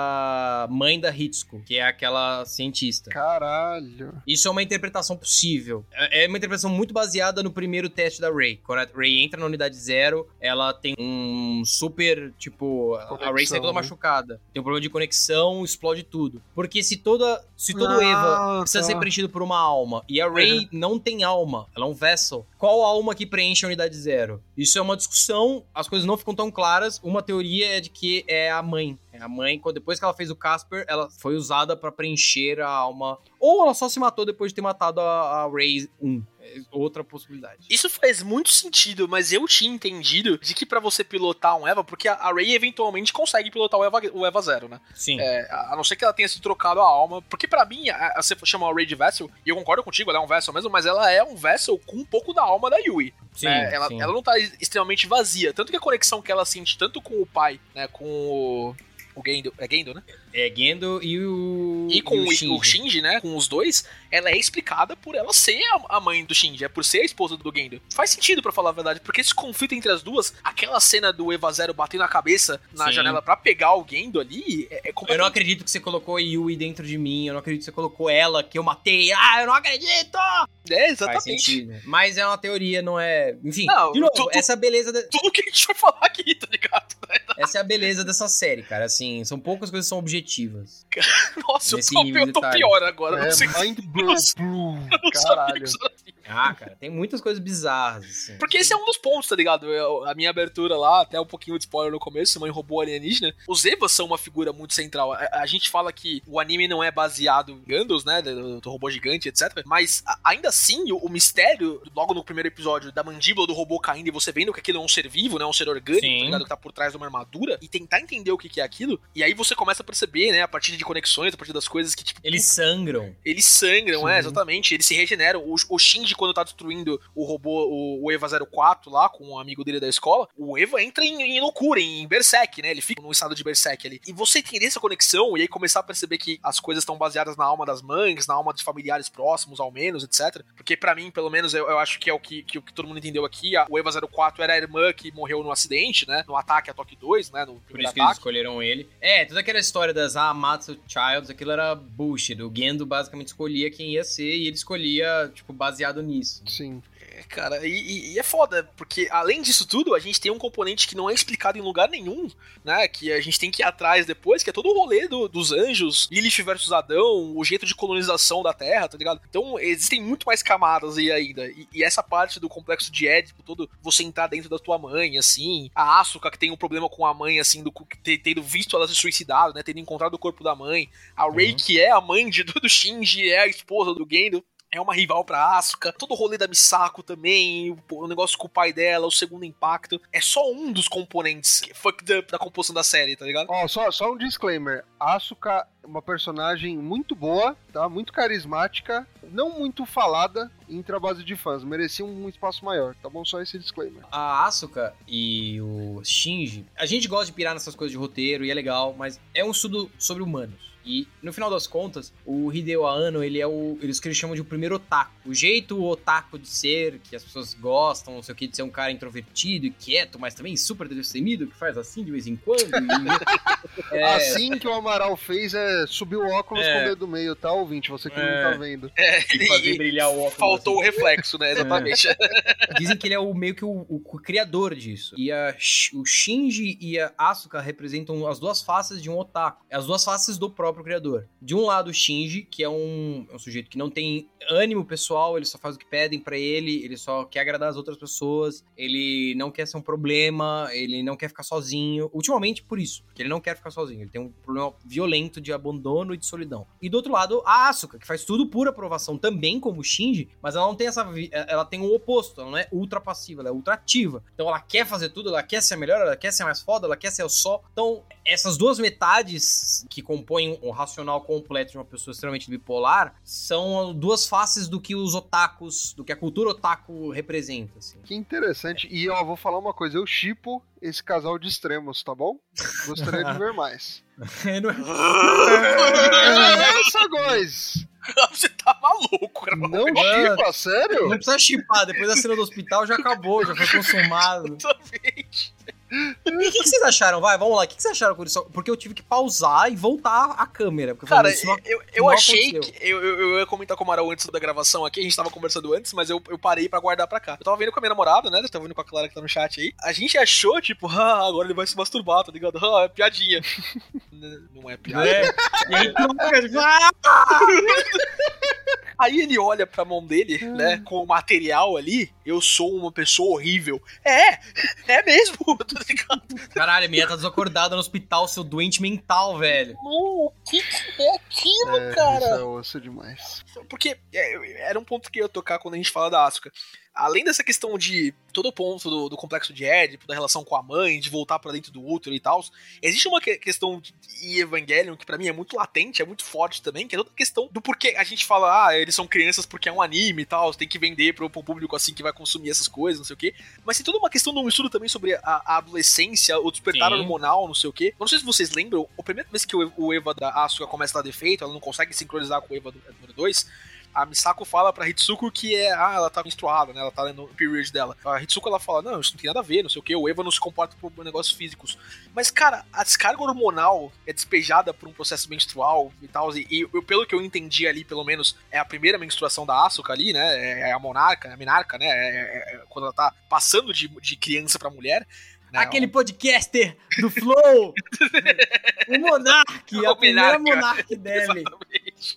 da mãe da Hitsuko, que é aquela cientista. Caralho. Isso é uma interpretação possível. É é uma interpretação muito baseada no primeiro teste da Rey. Quando a Rey entra na unidade zero, ela tem um super, tipo... a Conexão, Rey sai toda né? machucada. Tem um problema de conexão, explode tudo. Porque se toda... Se todo Ah, Eva precisa tá. ser preenchido por uma alma, e a Rey Uhum. não tem alma, ela é um vessel, qual alma que preenche a unidade zero? Isso é uma discussão, as coisas não ficam tão claras. Uma teoria é de que é a mãe. É a mãe, quando- depois que ela fez o Casper, ela foi usada pra preencher a alma. Ou ela só se matou depois de ter matado a, a Rey um. É outra possibilidade. Isso faz muito sentido, mas eu tinha entendido de que pra você pilotar um Eva, porque a a Rey eventualmente consegue pilotar o Eva, o Eva Zero, né? Sim. É, a não ser que ela tenha se trocado a alma, porque pra mim, a, a, você chama a Rey de Vessel, e eu concordo contigo, ela é um Vessel mesmo, mas ela é um Vessel com um pouco da alma da Yui. Sim, né? Ela, sim. ela não tá extremamente vazia, tanto que a conexão que ela sente tanto com o pai, né, com o... O Gendo, é Gendo, né? É Gendo e o. E com e o, Shinji. o Shinji, né? Com os dois, ela é explicada por ela ser a, a mãe do Shinji, é por ser a esposa do Gendo. Faz sentido, pra falar a verdade, porque esse conflito entre as duas, aquela cena do Eva Zero batendo a cabeça na Sim. janela pra pegar o Gendo ali, é, é Eu não completamente... acredito que você colocou a Yui dentro de mim. Eu não acredito que você colocou ela, que eu matei. Ah, eu não acredito! É, Faz exatamente. sentido. Mas é uma teoria, não é. Enfim, Não, de novo, tu- tu- essa é a beleza. De... Tudo que a gente vai falar aqui, tá ligado? Essa é a beleza dessa série, cara. Assim, são poucas coisas que são objetivas. Nossa, eu Nesse tô, nível de eu tô detalhe. pior agora, não É sei mind blown. não sabia Caralho. que isso era assim. Ah, cara, tem muitas coisas bizarras, assim. Porque esse é um dos pontos, tá ligado? Eu- a minha abertura lá, até um pouquinho de spoiler no começo, Mãe Robô Alienígena. Os Evas são uma figura muito central. A, a gente fala que o anime não é baseado em Gandalf, né? Do, do robô gigante, etcétera. Mas a- ainda assim, o, o mistério, logo no primeiro episódio, da mandíbula do robô caindo e você vendo que aquilo é um ser vivo, né? Um ser orgânico, Sim. tá ligado? Que tá por trás de uma armadura. E tentar entender o que, que é aquilo. E aí você começa a perceber, né? A partir de conexões, a partir das coisas que, tipo. Eles sangram. Eles sangram, Sim. é, exatamente. Eles se regeneram. O, o Shinji, quando tá destruindo o robô, o, o Eva zero quatro lá, com um amigo dele da escola, o Eva entra em, em loucura, em berserk, né? Ele fica num estado de berserk ali. E você entender essa conexão, e aí começar a perceber que as coisas estão baseadas na alma das mães, na alma de familiares próximos, ao menos, etcétera. Porque pra mim, pelo menos, eu, eu acho que é o que, que, o que todo mundo entendeu aqui. A, o Eva zero quatro era a irmã que morreu no acidente, né? No ataque a Toque dois, né? No Por primeiro isso que eles ataque. escolheram ele. É, toda aquela história das Amatsu Childs, aquilo era bullshit. O Gendo basicamente escolhia quem ia ser e ele escolhia, tipo, baseado nisso. Sim. É, cara, e, e- e é foda, porque além disso tudo, a gente tem um componente que não é explicado em lugar nenhum, né? Que a gente tem que ir atrás depois, que é todo o rolê do- dos anjos, Lilith versus Adão, o jeito de colonização da Terra, tá ligado? Então existem muito mais camadas aí ainda. E, e essa parte do complexo de Édipo, todo você entrar dentro da tua mãe, assim, a Asuka que tem um problema com a mãe, assim, do, ter- tendo visto ela se suicidar, né? Tendo encontrado o corpo da mãe. A Rey, Uhum. que é a mãe de, do Shinji, é a esposa do Gendo. É uma rival pra Asuka. Todo o rolê da Misako também, o, o negócio com o pai dela, o segundo impacto. É só um dos componentes fucked up da composição da série, tá ligado? Ó, só, só um disclaimer. Asuka é uma personagem muito boa, tá? Muito carismática, não muito falada em trabalho de fãs. Merecia um espaço maior, tá bom? Só esse disclaimer. A Asuka e o Shinji, a gente gosta de pirar nessas coisas de roteiro e é legal, mas é um estudo sobre humanos. E, no final das contas, o Hideo Anno, ele é o... Eles que eles chamam de o primeiro otaku. O jeito otaku de ser, que as pessoas gostam, não sei o que, de ser um cara introvertido e quieto, mas também super destemido, que faz assim de vez em quando. E, é, Assim que o Amaral fez é subir o óculos É. com o dedo do meio, tá, ouvinte? Você que É. não tá vendo. É, e fazer brilhar o óculos. botou o reflexo, né? Exatamente. É. Dizem que ele é o, meio que o, o criador disso. E a, o Shinji e a Asuka representam as duas faces de um otaku. As duas faces do próprio criador. De um lado, o Shinji, que é um, é um sujeito que não tem ânimo pessoal, ele só faz o que pedem pra ele, ele só quer agradar as outras pessoas, ele não quer ser um problema, ele não quer ficar sozinho. Ultimamente, por isso. Porque ele não quer ficar sozinho. Ele tem um problema violento de abandono e de solidão. E do outro lado, a Asuka, que faz tudo por aprovação também, como o Shinji, mas ela não tem essa... Ela tem o oposto, ela não é ultra passiva, ela é ultra ativa. Então ela quer fazer tudo, ela quer ser a melhor, ela quer ser mais foda, ela quer ser o só. Então, essas duas metades que compõem um racional completo de uma pessoa extremamente bipolar são duas faces do que os otakus, do que a cultura otaku representa, assim. Que interessante. E, ó, vou falar uma coisa, eu shippo esse casal de extremos, tá bom? Gostaria de ver mais. Não é essa, guys! Você tá maluco, irmão. Não chipa, sério? Não precisa chipar, depois da cena do hospital já acabou, já foi consumado. Exatamente. E o que, que vocês acharam? Vai, vamos lá. O que, que vocês acharam com isso? Porque eu tive que pausar e voltar a câmera. Porque Cara, eu, não, eu, eu achei aconteceu. que... Eu, eu, eu ia comentar com o Amaral antes da gravação aqui, a gente tava conversando antes, mas eu, eu parei pra guardar pra cá. Eu tava vendo com a minha namorada, né? Eu tava vendo com a Clara que tá no chat aí. A gente achou, tipo, ah, agora ele vai se masturbar, tá ligado? Ah, é piadinha. Não é piada. É. E aí, aí ele olha pra mão dele, hum. né, com o material ali, eu sou uma pessoa horrível. É, é mesmo, tá ligado? Caralho, a minha tá desacordada no hospital, seu doente mental, velho. O que, que é aquilo, é, cara? Isso é osso demais. Porque é, era um ponto que eu ia tocar quando a gente fala da Asuka. Além dessa questão de todo o ponto do, do complexo de Édipo, da relação com a mãe, de voltar pra dentro do útero e tal, existe uma que, questão de, em Evangelion que pra mim é muito latente, é muito forte também, que é toda a questão do porquê a gente fala, ah, eles são crianças porque é um anime e tal, tem que vender pro, pro público assim que vai consumir essas coisas, não sei o quê. Mas tem toda uma questão de um estudo também sobre a, a adolescência, o despertar Sim. hormonal, não sei o quê. Não sei se vocês lembram, a primeira vez que o, o Eva da Asuka começa a dar defeito, ela não consegue sincronizar com o Eva do número dois, a Misako fala pra Hitsuko que é, ah, ela tá menstruada, né, ela tá no period dela. A Hitsuko, ela fala, não, isso não tem nada a ver, não sei o que, o Eva não se comporta por negócios físicos. Mas, cara, a descarga hormonal é despejada por um processo menstrual e tal, e, e eu, pelo que eu entendi ali, pelo menos, é a primeira menstruação da Asuka ali, né, é a monarca, a minarca, né, é, é, é quando ela tá passando de, de criança pra mulher. Não. Aquele podcaster do Flow, o Monark, o a primeira Monark dele. Exatamente.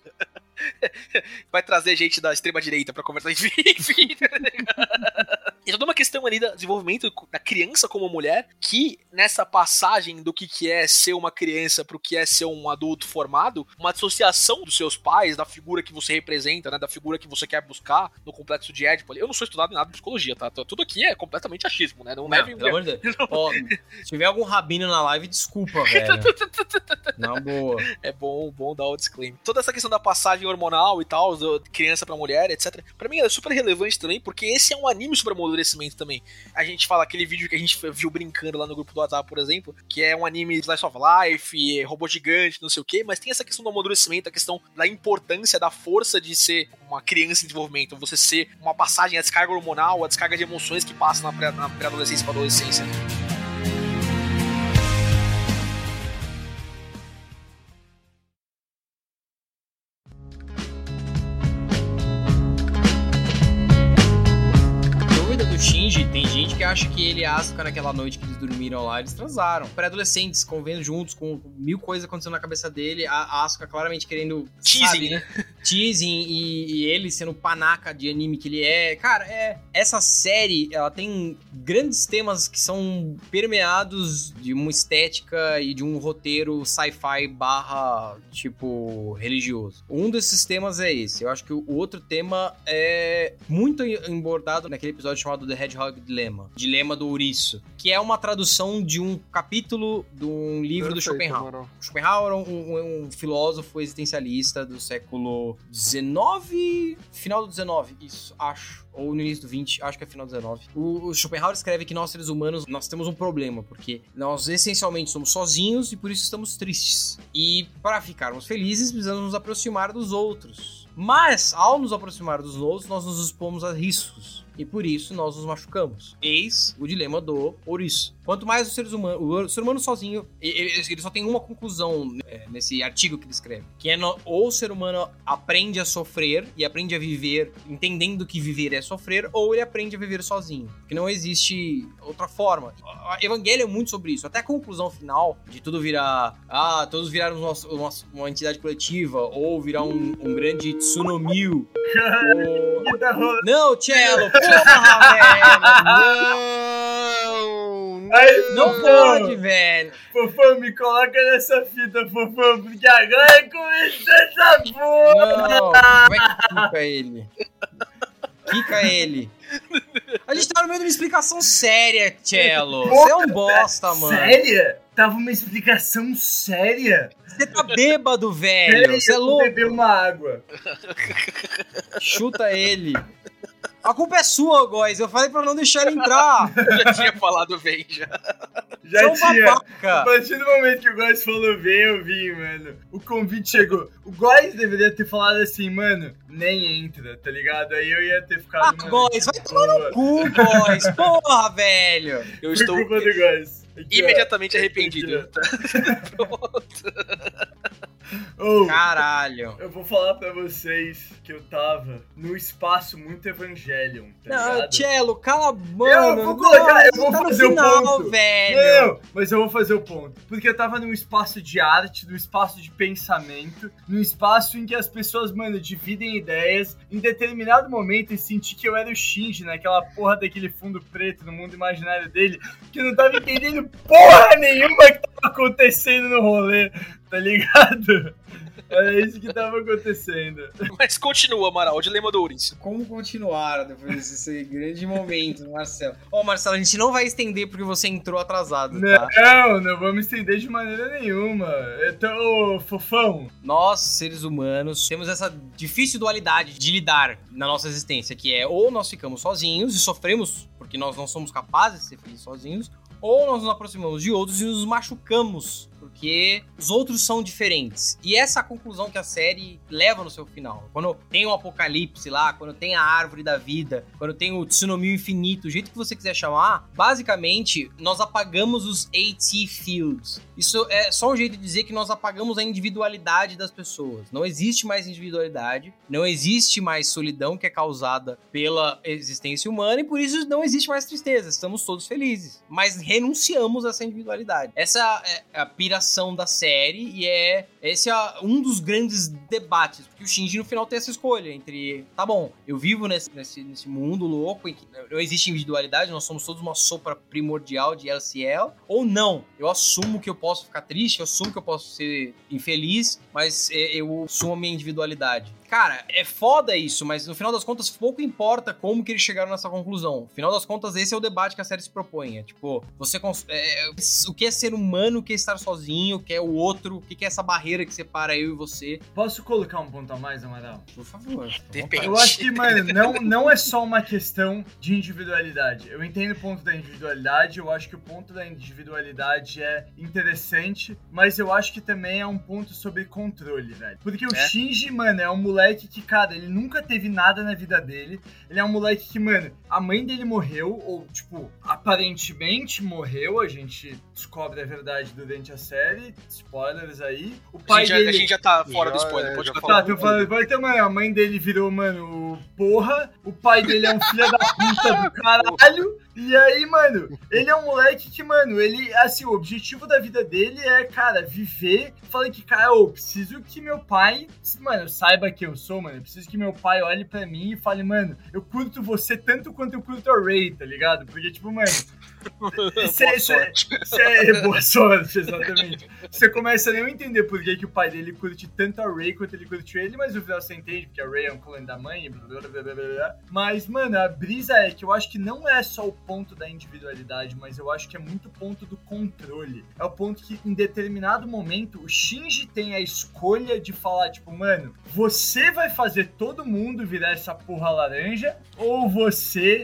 Vai trazer gente da extrema-direita pra conversar, enfim, enfim. E toda uma questão ali do desenvolvimento da criança como mulher, que nessa passagem do que, que é ser uma criança pro que é ser um adulto formado, uma dissociação dos seus pais, da figura que você representa, né, da figura que você quer buscar no complexo de Édipo. Eu não sou estudado em nada de psicologia, tá? Tudo aqui é completamente achismo, né? Não, não leve... pelo amor de Deus. Ó, se tiver algum rabino na live, desculpa, velho. Na boa. É bom, bom dar o disclaimer. Toda essa questão da passagem hormonal e tal, de criança pra mulher, etcétera. Pra mim é super relevante também, porque esse é um anime sobre amadurecimento também. A gente fala aquele vídeo que a gente viu brincando lá no grupo do WhatsApp, por exemplo, que é um anime slice of life, robô gigante, não sei o quê, mas tem essa questão do amadurecimento, a questão da importância, da força de ser uma criança em desenvolvimento, você ser uma passagem, a descarga hormonal, a descarga de emoções que passa na pré- na pré-adolescência pra adolescência. Do Shinji, tem gente que acha que ele e a Asuka naquela noite que eles dormiram lá, eles transaram. Pré-adolescentes, convivendo juntos, com mil coisas acontecendo na cabeça dele, a Asuka claramente querendo... Teasing, sabe, né? Teasing e, e ele sendo o panaca de anime que ele é. Cara, é... Essa série, ela tem grandes temas que são permeados de uma estética e de um roteiro sci-fi barra, tipo, religioso. Um desses temas é esse. Eu acho que o outro tema é muito embordado naquele episódio chamado The Hedgehog Dilemma, Dilema do Ouriço, que é uma tradução de um capítulo de um livro Perfeito, do Schopenhauer. Mano. Schopenhauer é um, um, um filósofo existencialista do século dezenove, final do dezenove, isso, acho. Ou no início do vinte, acho que é final do dezenove. O, o Schopenhauer escreve que nós, seres humanos, nós temos um problema, porque nós essencialmente somos sozinhos e por isso estamos tristes. E para ficarmos felizes, precisamos nos aproximar dos outros. Mas, ao nos aproximar dos outros, nós nos expomos a riscos. e por isso nós nos machucamos. Eis o dilema do ouriço. Quanto mais os seres humanos, o ser humano sozinho, ele, ele só tem uma conclusão é, nesse artigo que ele escreve, que é no, ou o ser humano aprende a sofrer e aprende a viver entendendo que viver é sofrer, ou ele aprende a viver sozinho, porque não existe outra forma. O Evangelho é muito sobre isso, até a conclusão final de tudo virar, ah, todos viraram uma, uma, uma entidade coletiva, ou virar um, um grande tsunomil. ou... Não, Cello, porra, velho! Não! Aí, Não Fofão, pode, velho! Fofão, me coloca nessa fita, Fofão, porque agora começou essa porra! Não, como é que quica ele? Quica ele. A gente tá no meio de uma explicação séria, Cello. Você é um bosta, mano. Séria? Tava uma explicação séria? Você tá bêbado, velho. Você é louco. Beber uma água. Chuta ele. A culpa é sua, Góis. Eu falei pra não deixar ele entrar. Eu já tinha falado vem, já. Já Você é um tinha. babaca. A partir do momento que o Góis falou vem, eu vim, mano. O convite chegou. O Góis deveria ter falado assim, mano, nem entra, tá ligado? Aí eu ia ter ficado... Ah, mano, Góis, vai tomar no cu, Góis. Porra, velho. Eu Por estou culpa do Góis. Aqui, imediatamente ó. arrependido. Ô, Caralho. eu vou falar pra vocês que eu tava no espaço muito Evangelion, tá Não, ligado? Cello, cala, mano. Eu vou colocar, não, eu vou tá no fazer final, o ponto. velho. Não, mas eu vou fazer o ponto. Porque eu tava num espaço de arte, num espaço de pensamento, num espaço em que as pessoas, mano, dividem ideias. Em determinado momento eu senti que eu era o Shinji, naquela porra daquele fundo preto no mundo imaginário dele, que eu não tava entendendo porra nenhuma que tava acontecendo no rolê, tá ligado? Era isso que tava acontecendo. Mas continua, Amaral, o dilema do ouriço. Como continuar depois desse grande momento, Marcelo? Ó, Marcelo, a gente não vai estender porque você entrou atrasado, tá? Não, não vamos estender de maneira nenhuma. Então, Fofão, Nós, seres humanos, temos essa difícil dualidade de lidar na nossa existência, que é ou nós ficamos sozinhos e sofremos porque nós não somos capazes de ser felizes sozinhos, ou nós nos aproximamos de outros e nos machucamos porque os outros são diferentes. E essa é a conclusão que a série leva no seu final. Quando tem um apocalipse lá, quando tem a árvore da vida, quando tem o tsunami infinito, o jeito que você quiser chamar, basicamente, nós apagamos os A T Fields. Isso é só um jeito de dizer que nós apagamos a individualidade das pessoas. Não existe mais individualidade, não existe mais solidão que é causada pela existência humana e por isso não existe mais tristeza. Estamos todos felizes, mas renunciamos a essa individualidade. Essa é a piração da série e é esse é um dos grandes debates, porque o Shinji no final tem essa escolha entre, tá bom, eu vivo nesse, nesse, nesse mundo louco em que não existe individualidade, nós somos todos uma sopa primordial de L C L, ou não, eu assumo que eu posso ficar triste, eu assumo que eu posso ser infeliz, mas eu assumo a minha individualidade. Cara, é foda isso, mas no final das contas pouco importa como que eles chegaram nessa conclusão. No final das contas, esse é o debate que a série se propõe. É tipo, você cons- é, o que é ser humano, o que é estar sozinho, o que é o outro, o que é essa barreira que separa eu e você. posso colocar um ponto a mais, Amaral? Por favor. Depende. Eu acho que, mano, não, não é só uma questão de individualidade. Eu entendo o ponto da individualidade, eu acho que o ponto da individualidade é interessante, mas eu acho que também é um ponto sobre controle, velho. Porque o É? Shinji, mano, é um moleque que, cara, ele nunca teve nada na vida dele. Ele é um moleque que, mano, a mãe dele morreu, ou, tipo, aparentemente morreu, a gente descobre a verdade durante a série, spoilers aí. O A pai gente, já, dele... a gente já tá fora do Já, spoiler, é, pode já continuar. Tá, tô falando, vai ter, mano, a mãe dele virou, mano, porra, o pai dele é um filho da puta do caralho, e aí, mano, ele é um moleque que, mano, ele, assim, o objetivo da vida dele é, cara, viver, falei que, cara, eu preciso que meu pai, mano, saiba quem eu sou, mano, eu preciso que meu pai olhe pra mim e fale, mano, eu curto você tanto quanto eu curto a Ray, tá ligado? Porque, tipo, mano... Cê, cê, cê, boa sorte, exatamente. Você começa a nem entender por que, que o pai dele curte tanto a Ray quanto ele curte ele, mas no final você entende, porque a Ray é um clone da mãe, blá, blá, blá, blá, blá. Mas, mano, a brisa é que eu acho que não é só o ponto da individualidade, mas eu acho que é muito ponto do controle. É o ponto que, em determinado momento, o Shinji tem a escolha de falar, tipo, mano, você vai fazer todo mundo virar essa porra laranja, ou você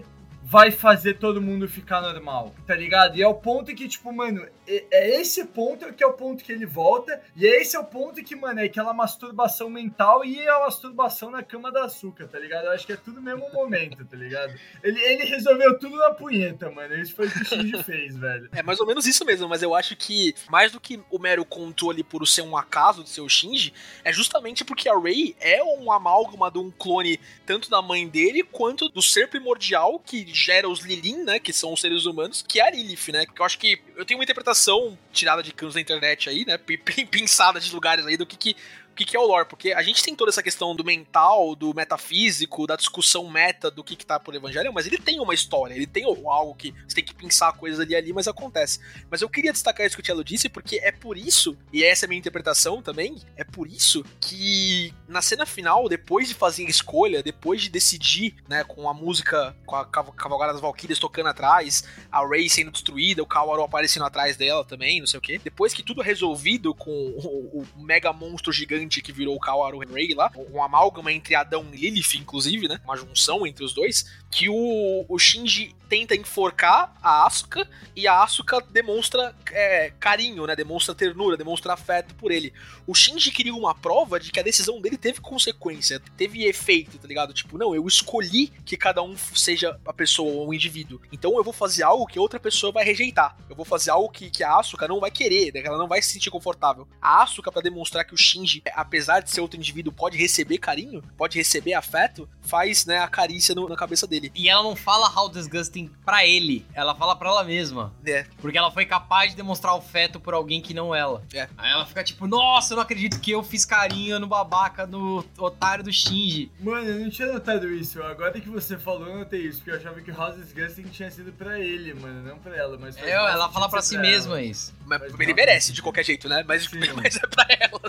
vai fazer todo mundo ficar normal, tá ligado? E é o ponto que, tipo, mano, é, é esse ponto que é o ponto que ele volta, e esse é o ponto que, mano, é aquela masturbação mental e a masturbação na cama da açúcar, tá ligado? Eu acho que é tudo no mesmo momento, tá ligado? Ele, ele resolveu tudo na punheta, mano. Isso foi o que o Shinji fez, velho. É mais ou menos isso mesmo, mas eu acho que mais do que o mero controle por ser um acaso de ser o Shinji, é justamente porque a Rei é um amálgama de um clone tanto da mãe dele quanto do ser primordial que gera os Lilin, né, que são os seres humanos, que é a Lilith, né, que eu acho que eu tenho uma interpretação tirada de cantos da internet aí, né, pinçada de lugares aí do que que o que, que é o lore, porque a gente tem toda essa questão do mental, do metafísico, da discussão meta do que, que tá por Evangelho, mas ele tem uma história, ele tem algo que você tem que pensar coisas ali ali, mas acontece. Mas eu queria destacar isso que o Tchelo disse, porque é por isso, e essa é a minha interpretação também, é por isso que na cena final, depois de fazer a escolha, depois de decidir, né, com a música, com a Cavalgada das Valquírias tocando atrás, a Rei sendo destruída, o Kaworu aparecendo atrás dela também, não sei o quê, depois que tudo é resolvido com o, o mega monstro gigante que virou o Kaworu Rei lá, um amálgama entre Adão e Lilith, inclusive, né, uma junção entre os dois, que o, o Shinji tenta enforcar a Asuka, e a Asuka demonstra é, carinho, né, demonstra ternura, demonstra afeto por ele. O Shinji queria uma prova de que a decisão dele teve consequência, teve efeito, tá ligado? Tipo, não, eu escolhi que cada um seja a pessoa ou um indivíduo, então eu vou fazer algo que outra pessoa vai rejeitar, eu vou fazer algo que, que a Asuka não vai querer, né, ela não vai se sentir confortável. A Asuka, pra demonstrar que o Shinji, apesar de ser outro indivíduo, pode receber carinho, pode receber afeto, faz, né, a carícia no, na cabeça dele. E ela não fala how disgusting pra ele, ela fala pra ela mesma. É. Porque ela foi capaz de demonstrar afeto por alguém que não ela. É. Aí ela fica tipo, nossa, eu não acredito que eu fiz carinho no babaca, no otário do Shinji. Mano, eu não tinha notado isso. Agora que você falou, eu notei isso. Porque eu achava que o House Disgusting tinha sido pra ele, mano, não pra ela. Mas é, ela fala pra si mesma isso. Mas, mas ele merece, de qualquer jeito, né? Mas, mas é pra ela.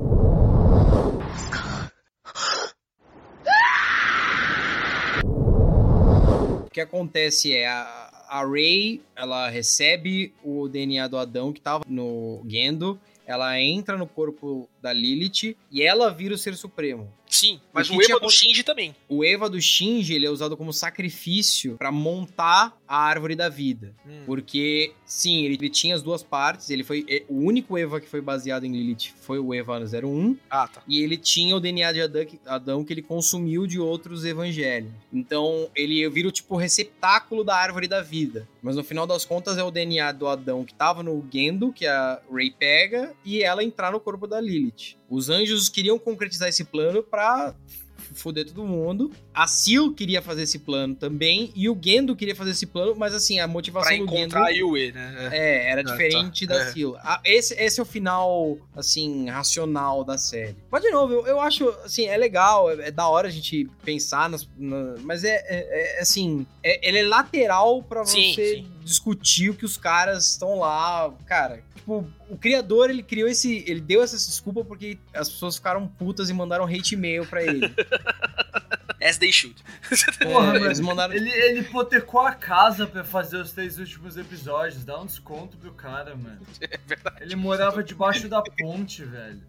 O que acontece é, a, a Rei, ela recebe o D N A do Adão que tava no Gendo, ela entra no corpo da Lilith e ela vira o Ser Supremo. Sim, mas o, o Eva tinha... do Shinji também. O Eva do Shinji, ele é usado como sacrifício pra montar a árvore da vida. Hum. Porque, sim, ele, ele tinha as duas partes, ele foi... O único Eva que foi baseado em Lilith foi o Eva zero um. Ah, tá. E ele tinha o D N A de Adão, Adão que ele consumiu de outros evangelhos. Então, ele vira o tipo receptáculo da árvore da vida. Mas no final das contas é o D N A do Adão que tava no Gendo, que a Rei pega, e ela entrar no corpo da Lilith. Os anjos queriam concretizar esse plano pra foder todo mundo. A Sil queria fazer esse plano também, e o Gendo queria fazer esse plano, mas assim, a motivação pra do Gendo... encontrar a Yue, né? É, era diferente ah, tá. da é. Sil. Ah, esse, esse é o final, assim, racional da série. Mas, de novo, eu, eu acho, assim, é legal, é, é da hora a gente pensar, nas, na, mas é, é, é assim, é, ele é lateral pra sim, você sim. discutir o que os caras estão lá, cara... Tipo, o criador, ele criou esse... Ele deu essa desculpa porque as pessoas ficaram putas e mandaram hate mail pra ele. As they should. Porra, é, mano, eles mandaram... ele, ele hipotecou a casa pra fazer os três últimos episódios. Dá um desconto pro cara, mano. É verdade. Ele morava debaixo da ponte, velho.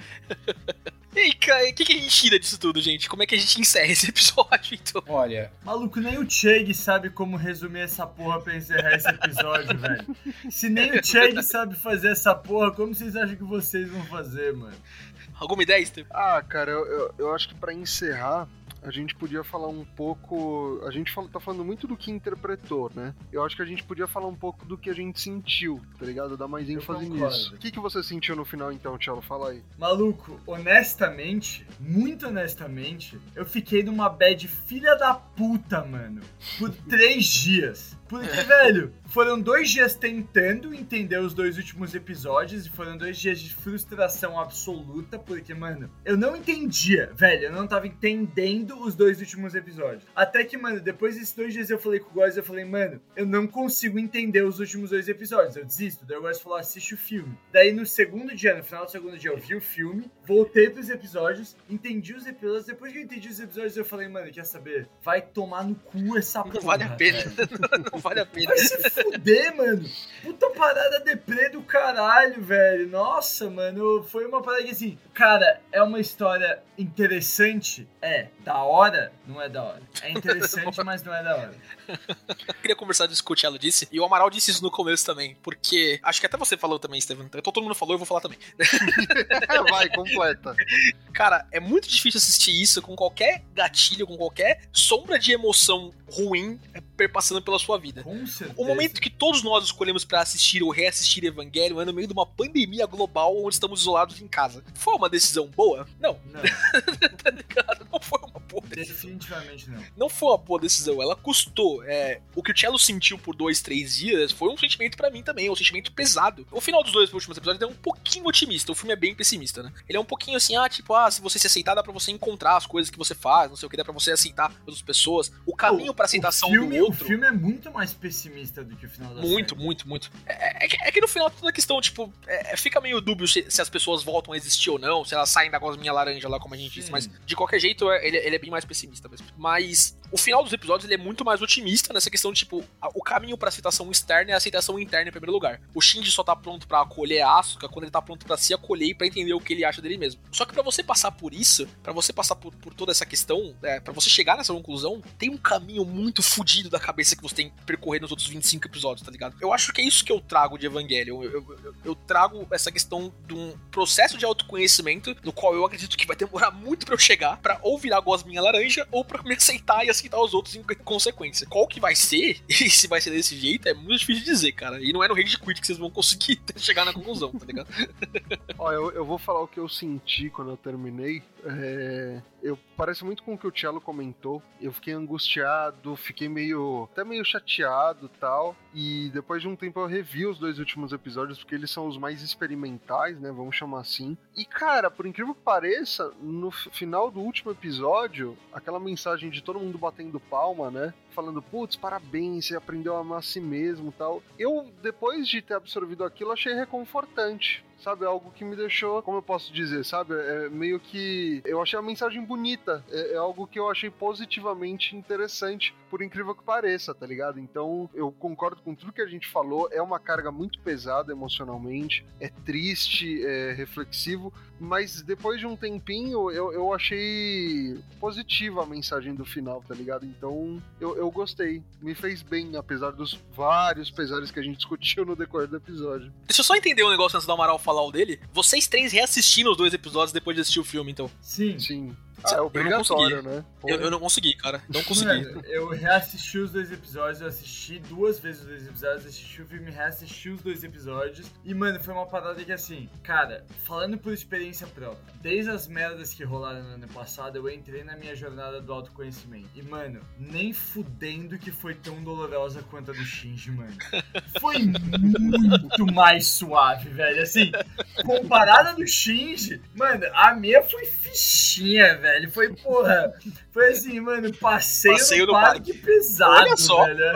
E aí, o que, que a gente tira disso tudo, gente? Como é que a gente encerra esse episódio, então? Olha... Maluco, nem o Chegg sabe como resumir essa porra pra encerrar esse episódio, velho. Se nem o Chegg sabe fazer essa porra, como vocês acham que vocês vão fazer, mano? Alguma ideia, Steve? Ah, cara, eu, eu, eu acho que pra encerrar, a gente podia falar um pouco... A gente fala, tá falando muito do que interpretou, né? Eu acho que a gente podia falar um pouco do que a gente sentiu, tá ligado? Dar mais ênfase nisso. O que, que você sentiu no final, então, Tchelo? Fala aí. Maluco, honestamente, muito honestamente, eu fiquei numa bad filha da puta, mano, por três dias. Porque, velho, foram dois dias tentando entender os dois últimos episódios e foram dois dias de frustração absoluta, porque, mano, eu não entendia, velho, eu não tava entendendo os dois últimos episódios. Até que, mano, depois desses dois dias eu falei com o Góis, eu falei, mano, eu não consigo entender os últimos dois episódios, eu desisto. Daí o Góis falou, assiste o filme. Daí no segundo dia, no final do segundo dia, eu vi o filme, voltei pros episódios, entendi os episódios, depois que eu entendi os episódios, eu falei, mano, quer saber? Vai tomar no cu essa porra. Não vale a pena. Não vale a pena. Vai se fuder, mano. Puta parada deprê do caralho, velho. Nossa, mano, foi uma parada que assim, cara, é uma história interessante, é. Da hora, não é da hora. É interessante, mas não é da hora. Eu queria conversar disso que o Cello disse, e o Amaral disse isso no começo também, porque acho que até você falou também, Steven. Todo mundo falou, eu vou falar também. Vai, completa. Cara, é muito difícil assistir isso com qualquer gatilho, com qualquer sombra de emoção ruim perpassando pela sua vida. Com certeza. O momento que todos nós escolhemos pra assistir ou reassistir Evangelion é no meio de uma pandemia global onde estamos isolados em casa. Foi uma decisão boa? Não. Não. Tá ligado? Não foi uma boa decisão. Definitivamente não. Não foi uma boa decisão, ela custou. É, o que o Cello sentiu por dois, três dias foi um sentimento pra mim também, um sentimento pesado. O final dos dois últimos episódios é um pouquinho otimista, o filme é bem pessimista, né? Ele é um pouquinho assim, ah, tipo, ah, se você se aceitar, dá pra você encontrar as coisas que você faz, não sei o que, dá pra você aceitar as outras pessoas. O caminho pra aceitação o filme, do outro... O filme é muito mais pessimista do que o final da Muito, série. muito, muito. É, é, que, é que no final toda a questão, tipo, é, fica meio dúbio se, se as pessoas voltam a existir ou não, se elas saem da gosminha laranja lá, como a gente Sim. disse, mas de qualquer jeito, ele, ele é bem mais pessimista mesmo. Mas o final dos episódios, ele é muito mais otimista nessa questão de, tipo, a, o caminho pra aceitação externa é a aceitação interna em primeiro lugar. O Shinji só tá pronto pra acolher a Asuka quando ele tá pronto pra se acolher e pra entender o que ele acha dele mesmo. Só que pra você passar por isso, pra você passar por, por toda essa questão, é, pra você chegar nessa conclusão, tem um caminho muito fodido da cabeça que você tem que percorrer nos outros vinte e cinco episódios, tá ligado? Eu acho que é isso que eu trago de Evangelion. Eu, eu, eu, eu trago essa questão de um processo de autoconhecimento, no qual eu acredito que vai demorar muito pra eu chegar, pra ou virar gosminha laranja, ou pra me aceitar e aceitar os outros em consequência. Qual que vai ser, e se vai ser desse jeito, é muito difícil de dizer, cara. E não é no Rage Quit que vocês vão conseguir chegar na conclusão, tá ligado? Ó, eu, eu vou falar o que eu senti quando eu terminei. É... Eu, parece muito com o que o Cello comentou. Eu fiquei angustiado, fiquei meio... até meio chateado e tal. E depois de um tempo eu revi os dois últimos episódios, porque eles são os mais experimentais, né? Vamos chamar assim. E, cara, por incrível que pareça, no final do último episódio, aquela mensagem de todo mundo batendo palma, né? Falando, putz, parabéns, você aprendeu a amar a si mesmo e tal. Eu, depois de ter absorvido aquilo, achei reconfortante. Sabe, algo que me deixou, como eu posso dizer, sabe, é meio que, eu achei a mensagem bonita, é, é algo que eu achei positivamente interessante, por incrível que pareça, tá ligado? Então, eu concordo com tudo que a gente falou, é uma carga muito pesada emocionalmente, é triste, é reflexivo, mas depois de um tempinho, eu, eu achei positiva a mensagem do final, tá ligado? Então, eu, eu gostei, me fez bem, apesar dos vários pesares que a gente discutiu no decorrer do episódio. Deixa eu só entender um negócio antes do Amaral falar o dele. Vocês três reassistiram os dois episódios depois de assistir o filme, então? Sim. Sim. Ah, é obrigatório, né? Eu, eu não consegui, cara. Não consegui. Mano, eu reassisti os dois episódios, eu assisti duas vezes os dois episódios, assisti o filme, reassisti os dois episódios. E, mano, foi uma parada que, assim, cara, falando por experiência própria, desde as merdas que rolaram no ano passado, eu entrei na minha jornada do autoconhecimento. E, mano, nem fudendo que foi tão dolorosa quanto a do Shinji, mano. Foi muito mais suave, velho. Assim, comparada do Shinji, mano, a minha foi fichinha, velho. Ele foi, porra, foi assim, mano, passeio, passeio no, no parque, parque pesado, Olha só. velho.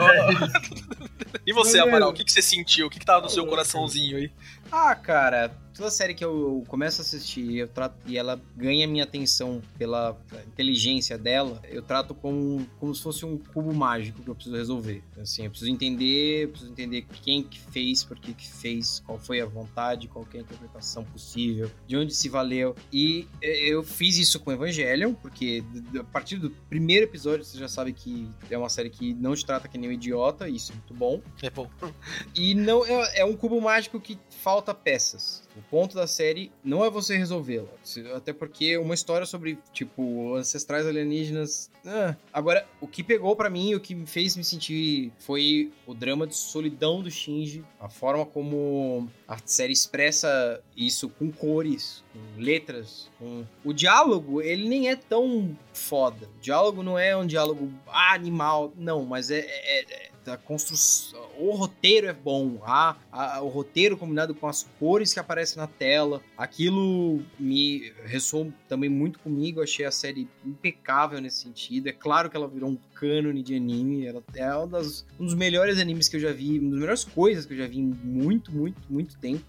É. E você, Mano, Amaral, o que, que você sentiu? O que, que tava no seu Mano, coraçãozinho aí? Ah, cara, toda série que eu começo a assistir eu trato, e ela ganha minha atenção pela inteligência dela, eu trato como, como se fosse um cubo mágico que eu preciso resolver. Assim, eu preciso entender, eu preciso entender quem que fez, por que que fez, qual foi a vontade, qual que é a interpretação possível, de onde se valeu. E eu fiz isso com Evangelion, porque a partir do primeiro episódio você já sabe que é uma série que não te trata que nem um idiota, e isso é muito bom. É bom. E não é, é um cubo mágico que falta peças. O ponto da série não é você resolvê-la. Até porque uma história sobre, tipo, ancestrais alienígenas... Ah. Agora, o que pegou pra mim, o que me fez me sentir foi o drama de solidão do Shinji, a forma como a série expressa isso com cores, com letras, com... O diálogo, ele nem é tão foda. O diálogo não é um diálogo ah, animal, não, mas é... é, é a construção, o roteiro é bom, a, a, o roteiro combinado com as cores que aparecem na tela, aquilo me ressoou também muito comigo, achei a série impecável nesse sentido. É claro que ela virou um cânone de anime, ela é uma das, um dos melhores animes que eu já vi, uma das melhores coisas que eu já vi em muito, muito, muito tempo.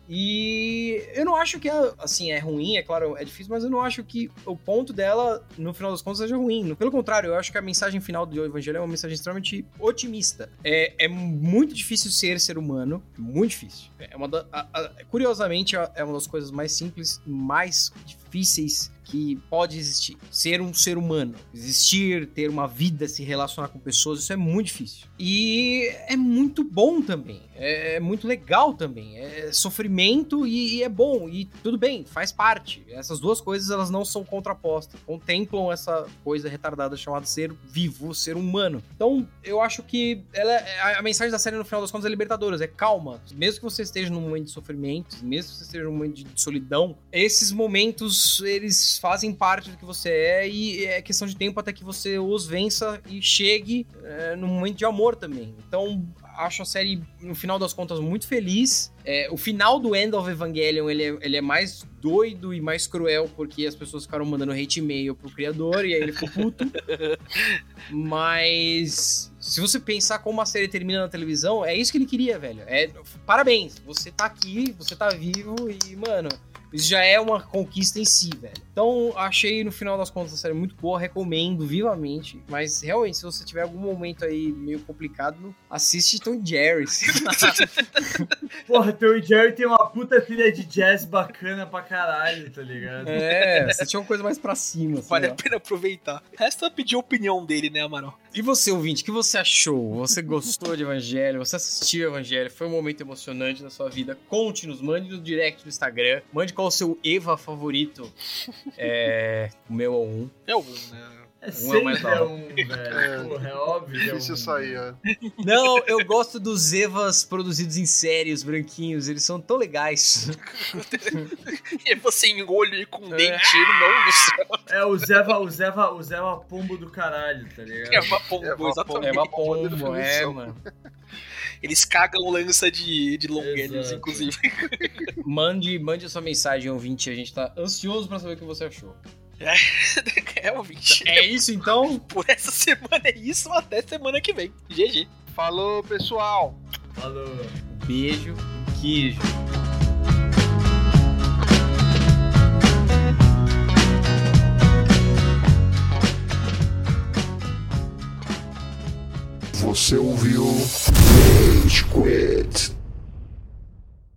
E eu não acho que é, assim, é ruim, é claro, é difícil, mas eu não acho que o ponto dela, no final das contas, seja ruim. Pelo contrário, eu acho que a mensagem final do Evangelho é uma mensagem extremamente otimista. É, é muito difícil ser ser humano, muito difícil. É uma da, a, a, curiosamente, é uma das coisas mais simples, mais difíceis que pode existir. Ser um ser humano, existir, ter uma vida, se relacionar com pessoas, isso é muito difícil. E é muito bom também, é muito legal também. É sofrimento e, e é bom, e tudo bem, faz parte. Essas duas coisas, elas não são contrapostas, contemplam essa coisa retardada chamada ser vivo, ser humano. Então, eu acho que ela, a mensagem da série, no final das contas, é libertadora, é calma. Mesmo que você esteja num momento de sofrimento, mesmo que você esteja num momento de solidão, esses momentos, eles fazem parte do que você é e é questão de tempo até que você os vença e chegue é, num momento de amor também. Então, acho a série, no final das contas, muito feliz. É, o final do End of Evangelion, ele é, ele é mais doido e mais cruel, porque as pessoas ficaram mandando hate mail pro criador, e aí ele ficou puto. Mas, se você pensar como a série termina na televisão, é isso que ele queria, velho. É, parabéns, você tá aqui, você tá vivo, e, mano... Isso já é uma conquista em si, velho. Então, achei, no final das contas, a série muito boa, recomendo vivamente. Mas, realmente, se você tiver algum momento aí meio complicado, assiste Tom e Jerry. Porra, Tom e Jerry tem uma puta trilha de jazz bacana pra caralho, tá ligado? É, você tinha uma coisa mais pra cima. Assim, vale ó. a pena aproveitar. Resta pedir a opinião dele, né, Amaral? E você, ouvinte, o que você achou? Você gostou de Evangelho? Você assistiu Evangelho? Foi um momento emocionante da sua vida? Conte-nos, mande no direct do Instagram. Mande qual o seu Eva favorito. É... O meu é um. É o um, né? É Um sempre é mais é um, velho. Porra, é óbvio que é um. Difícil sair, é. Não, eu gosto dos Evas produzidos em série, os branquinhos. Eles são tão legais. E você em olho e com É. dente, irmão do céu. É o Zeva, o Zeva, o Zeva Pombo do caralho, tá ligado? É uma pombo, É uma exatamente. É uma Boa pombo, é, definição. mano. Eles cagam lança de, de longuenos, Exato. inclusive. Mande, mande a sua mensagem, ouvinte. A gente tá ansioso pra saber o que você achou. É, ouvinte. É isso, então? Por essa semana é isso, até semana que vem. G G. Falou, pessoal! Falou. Beijo, queijo. Você ouviu Rage Quit.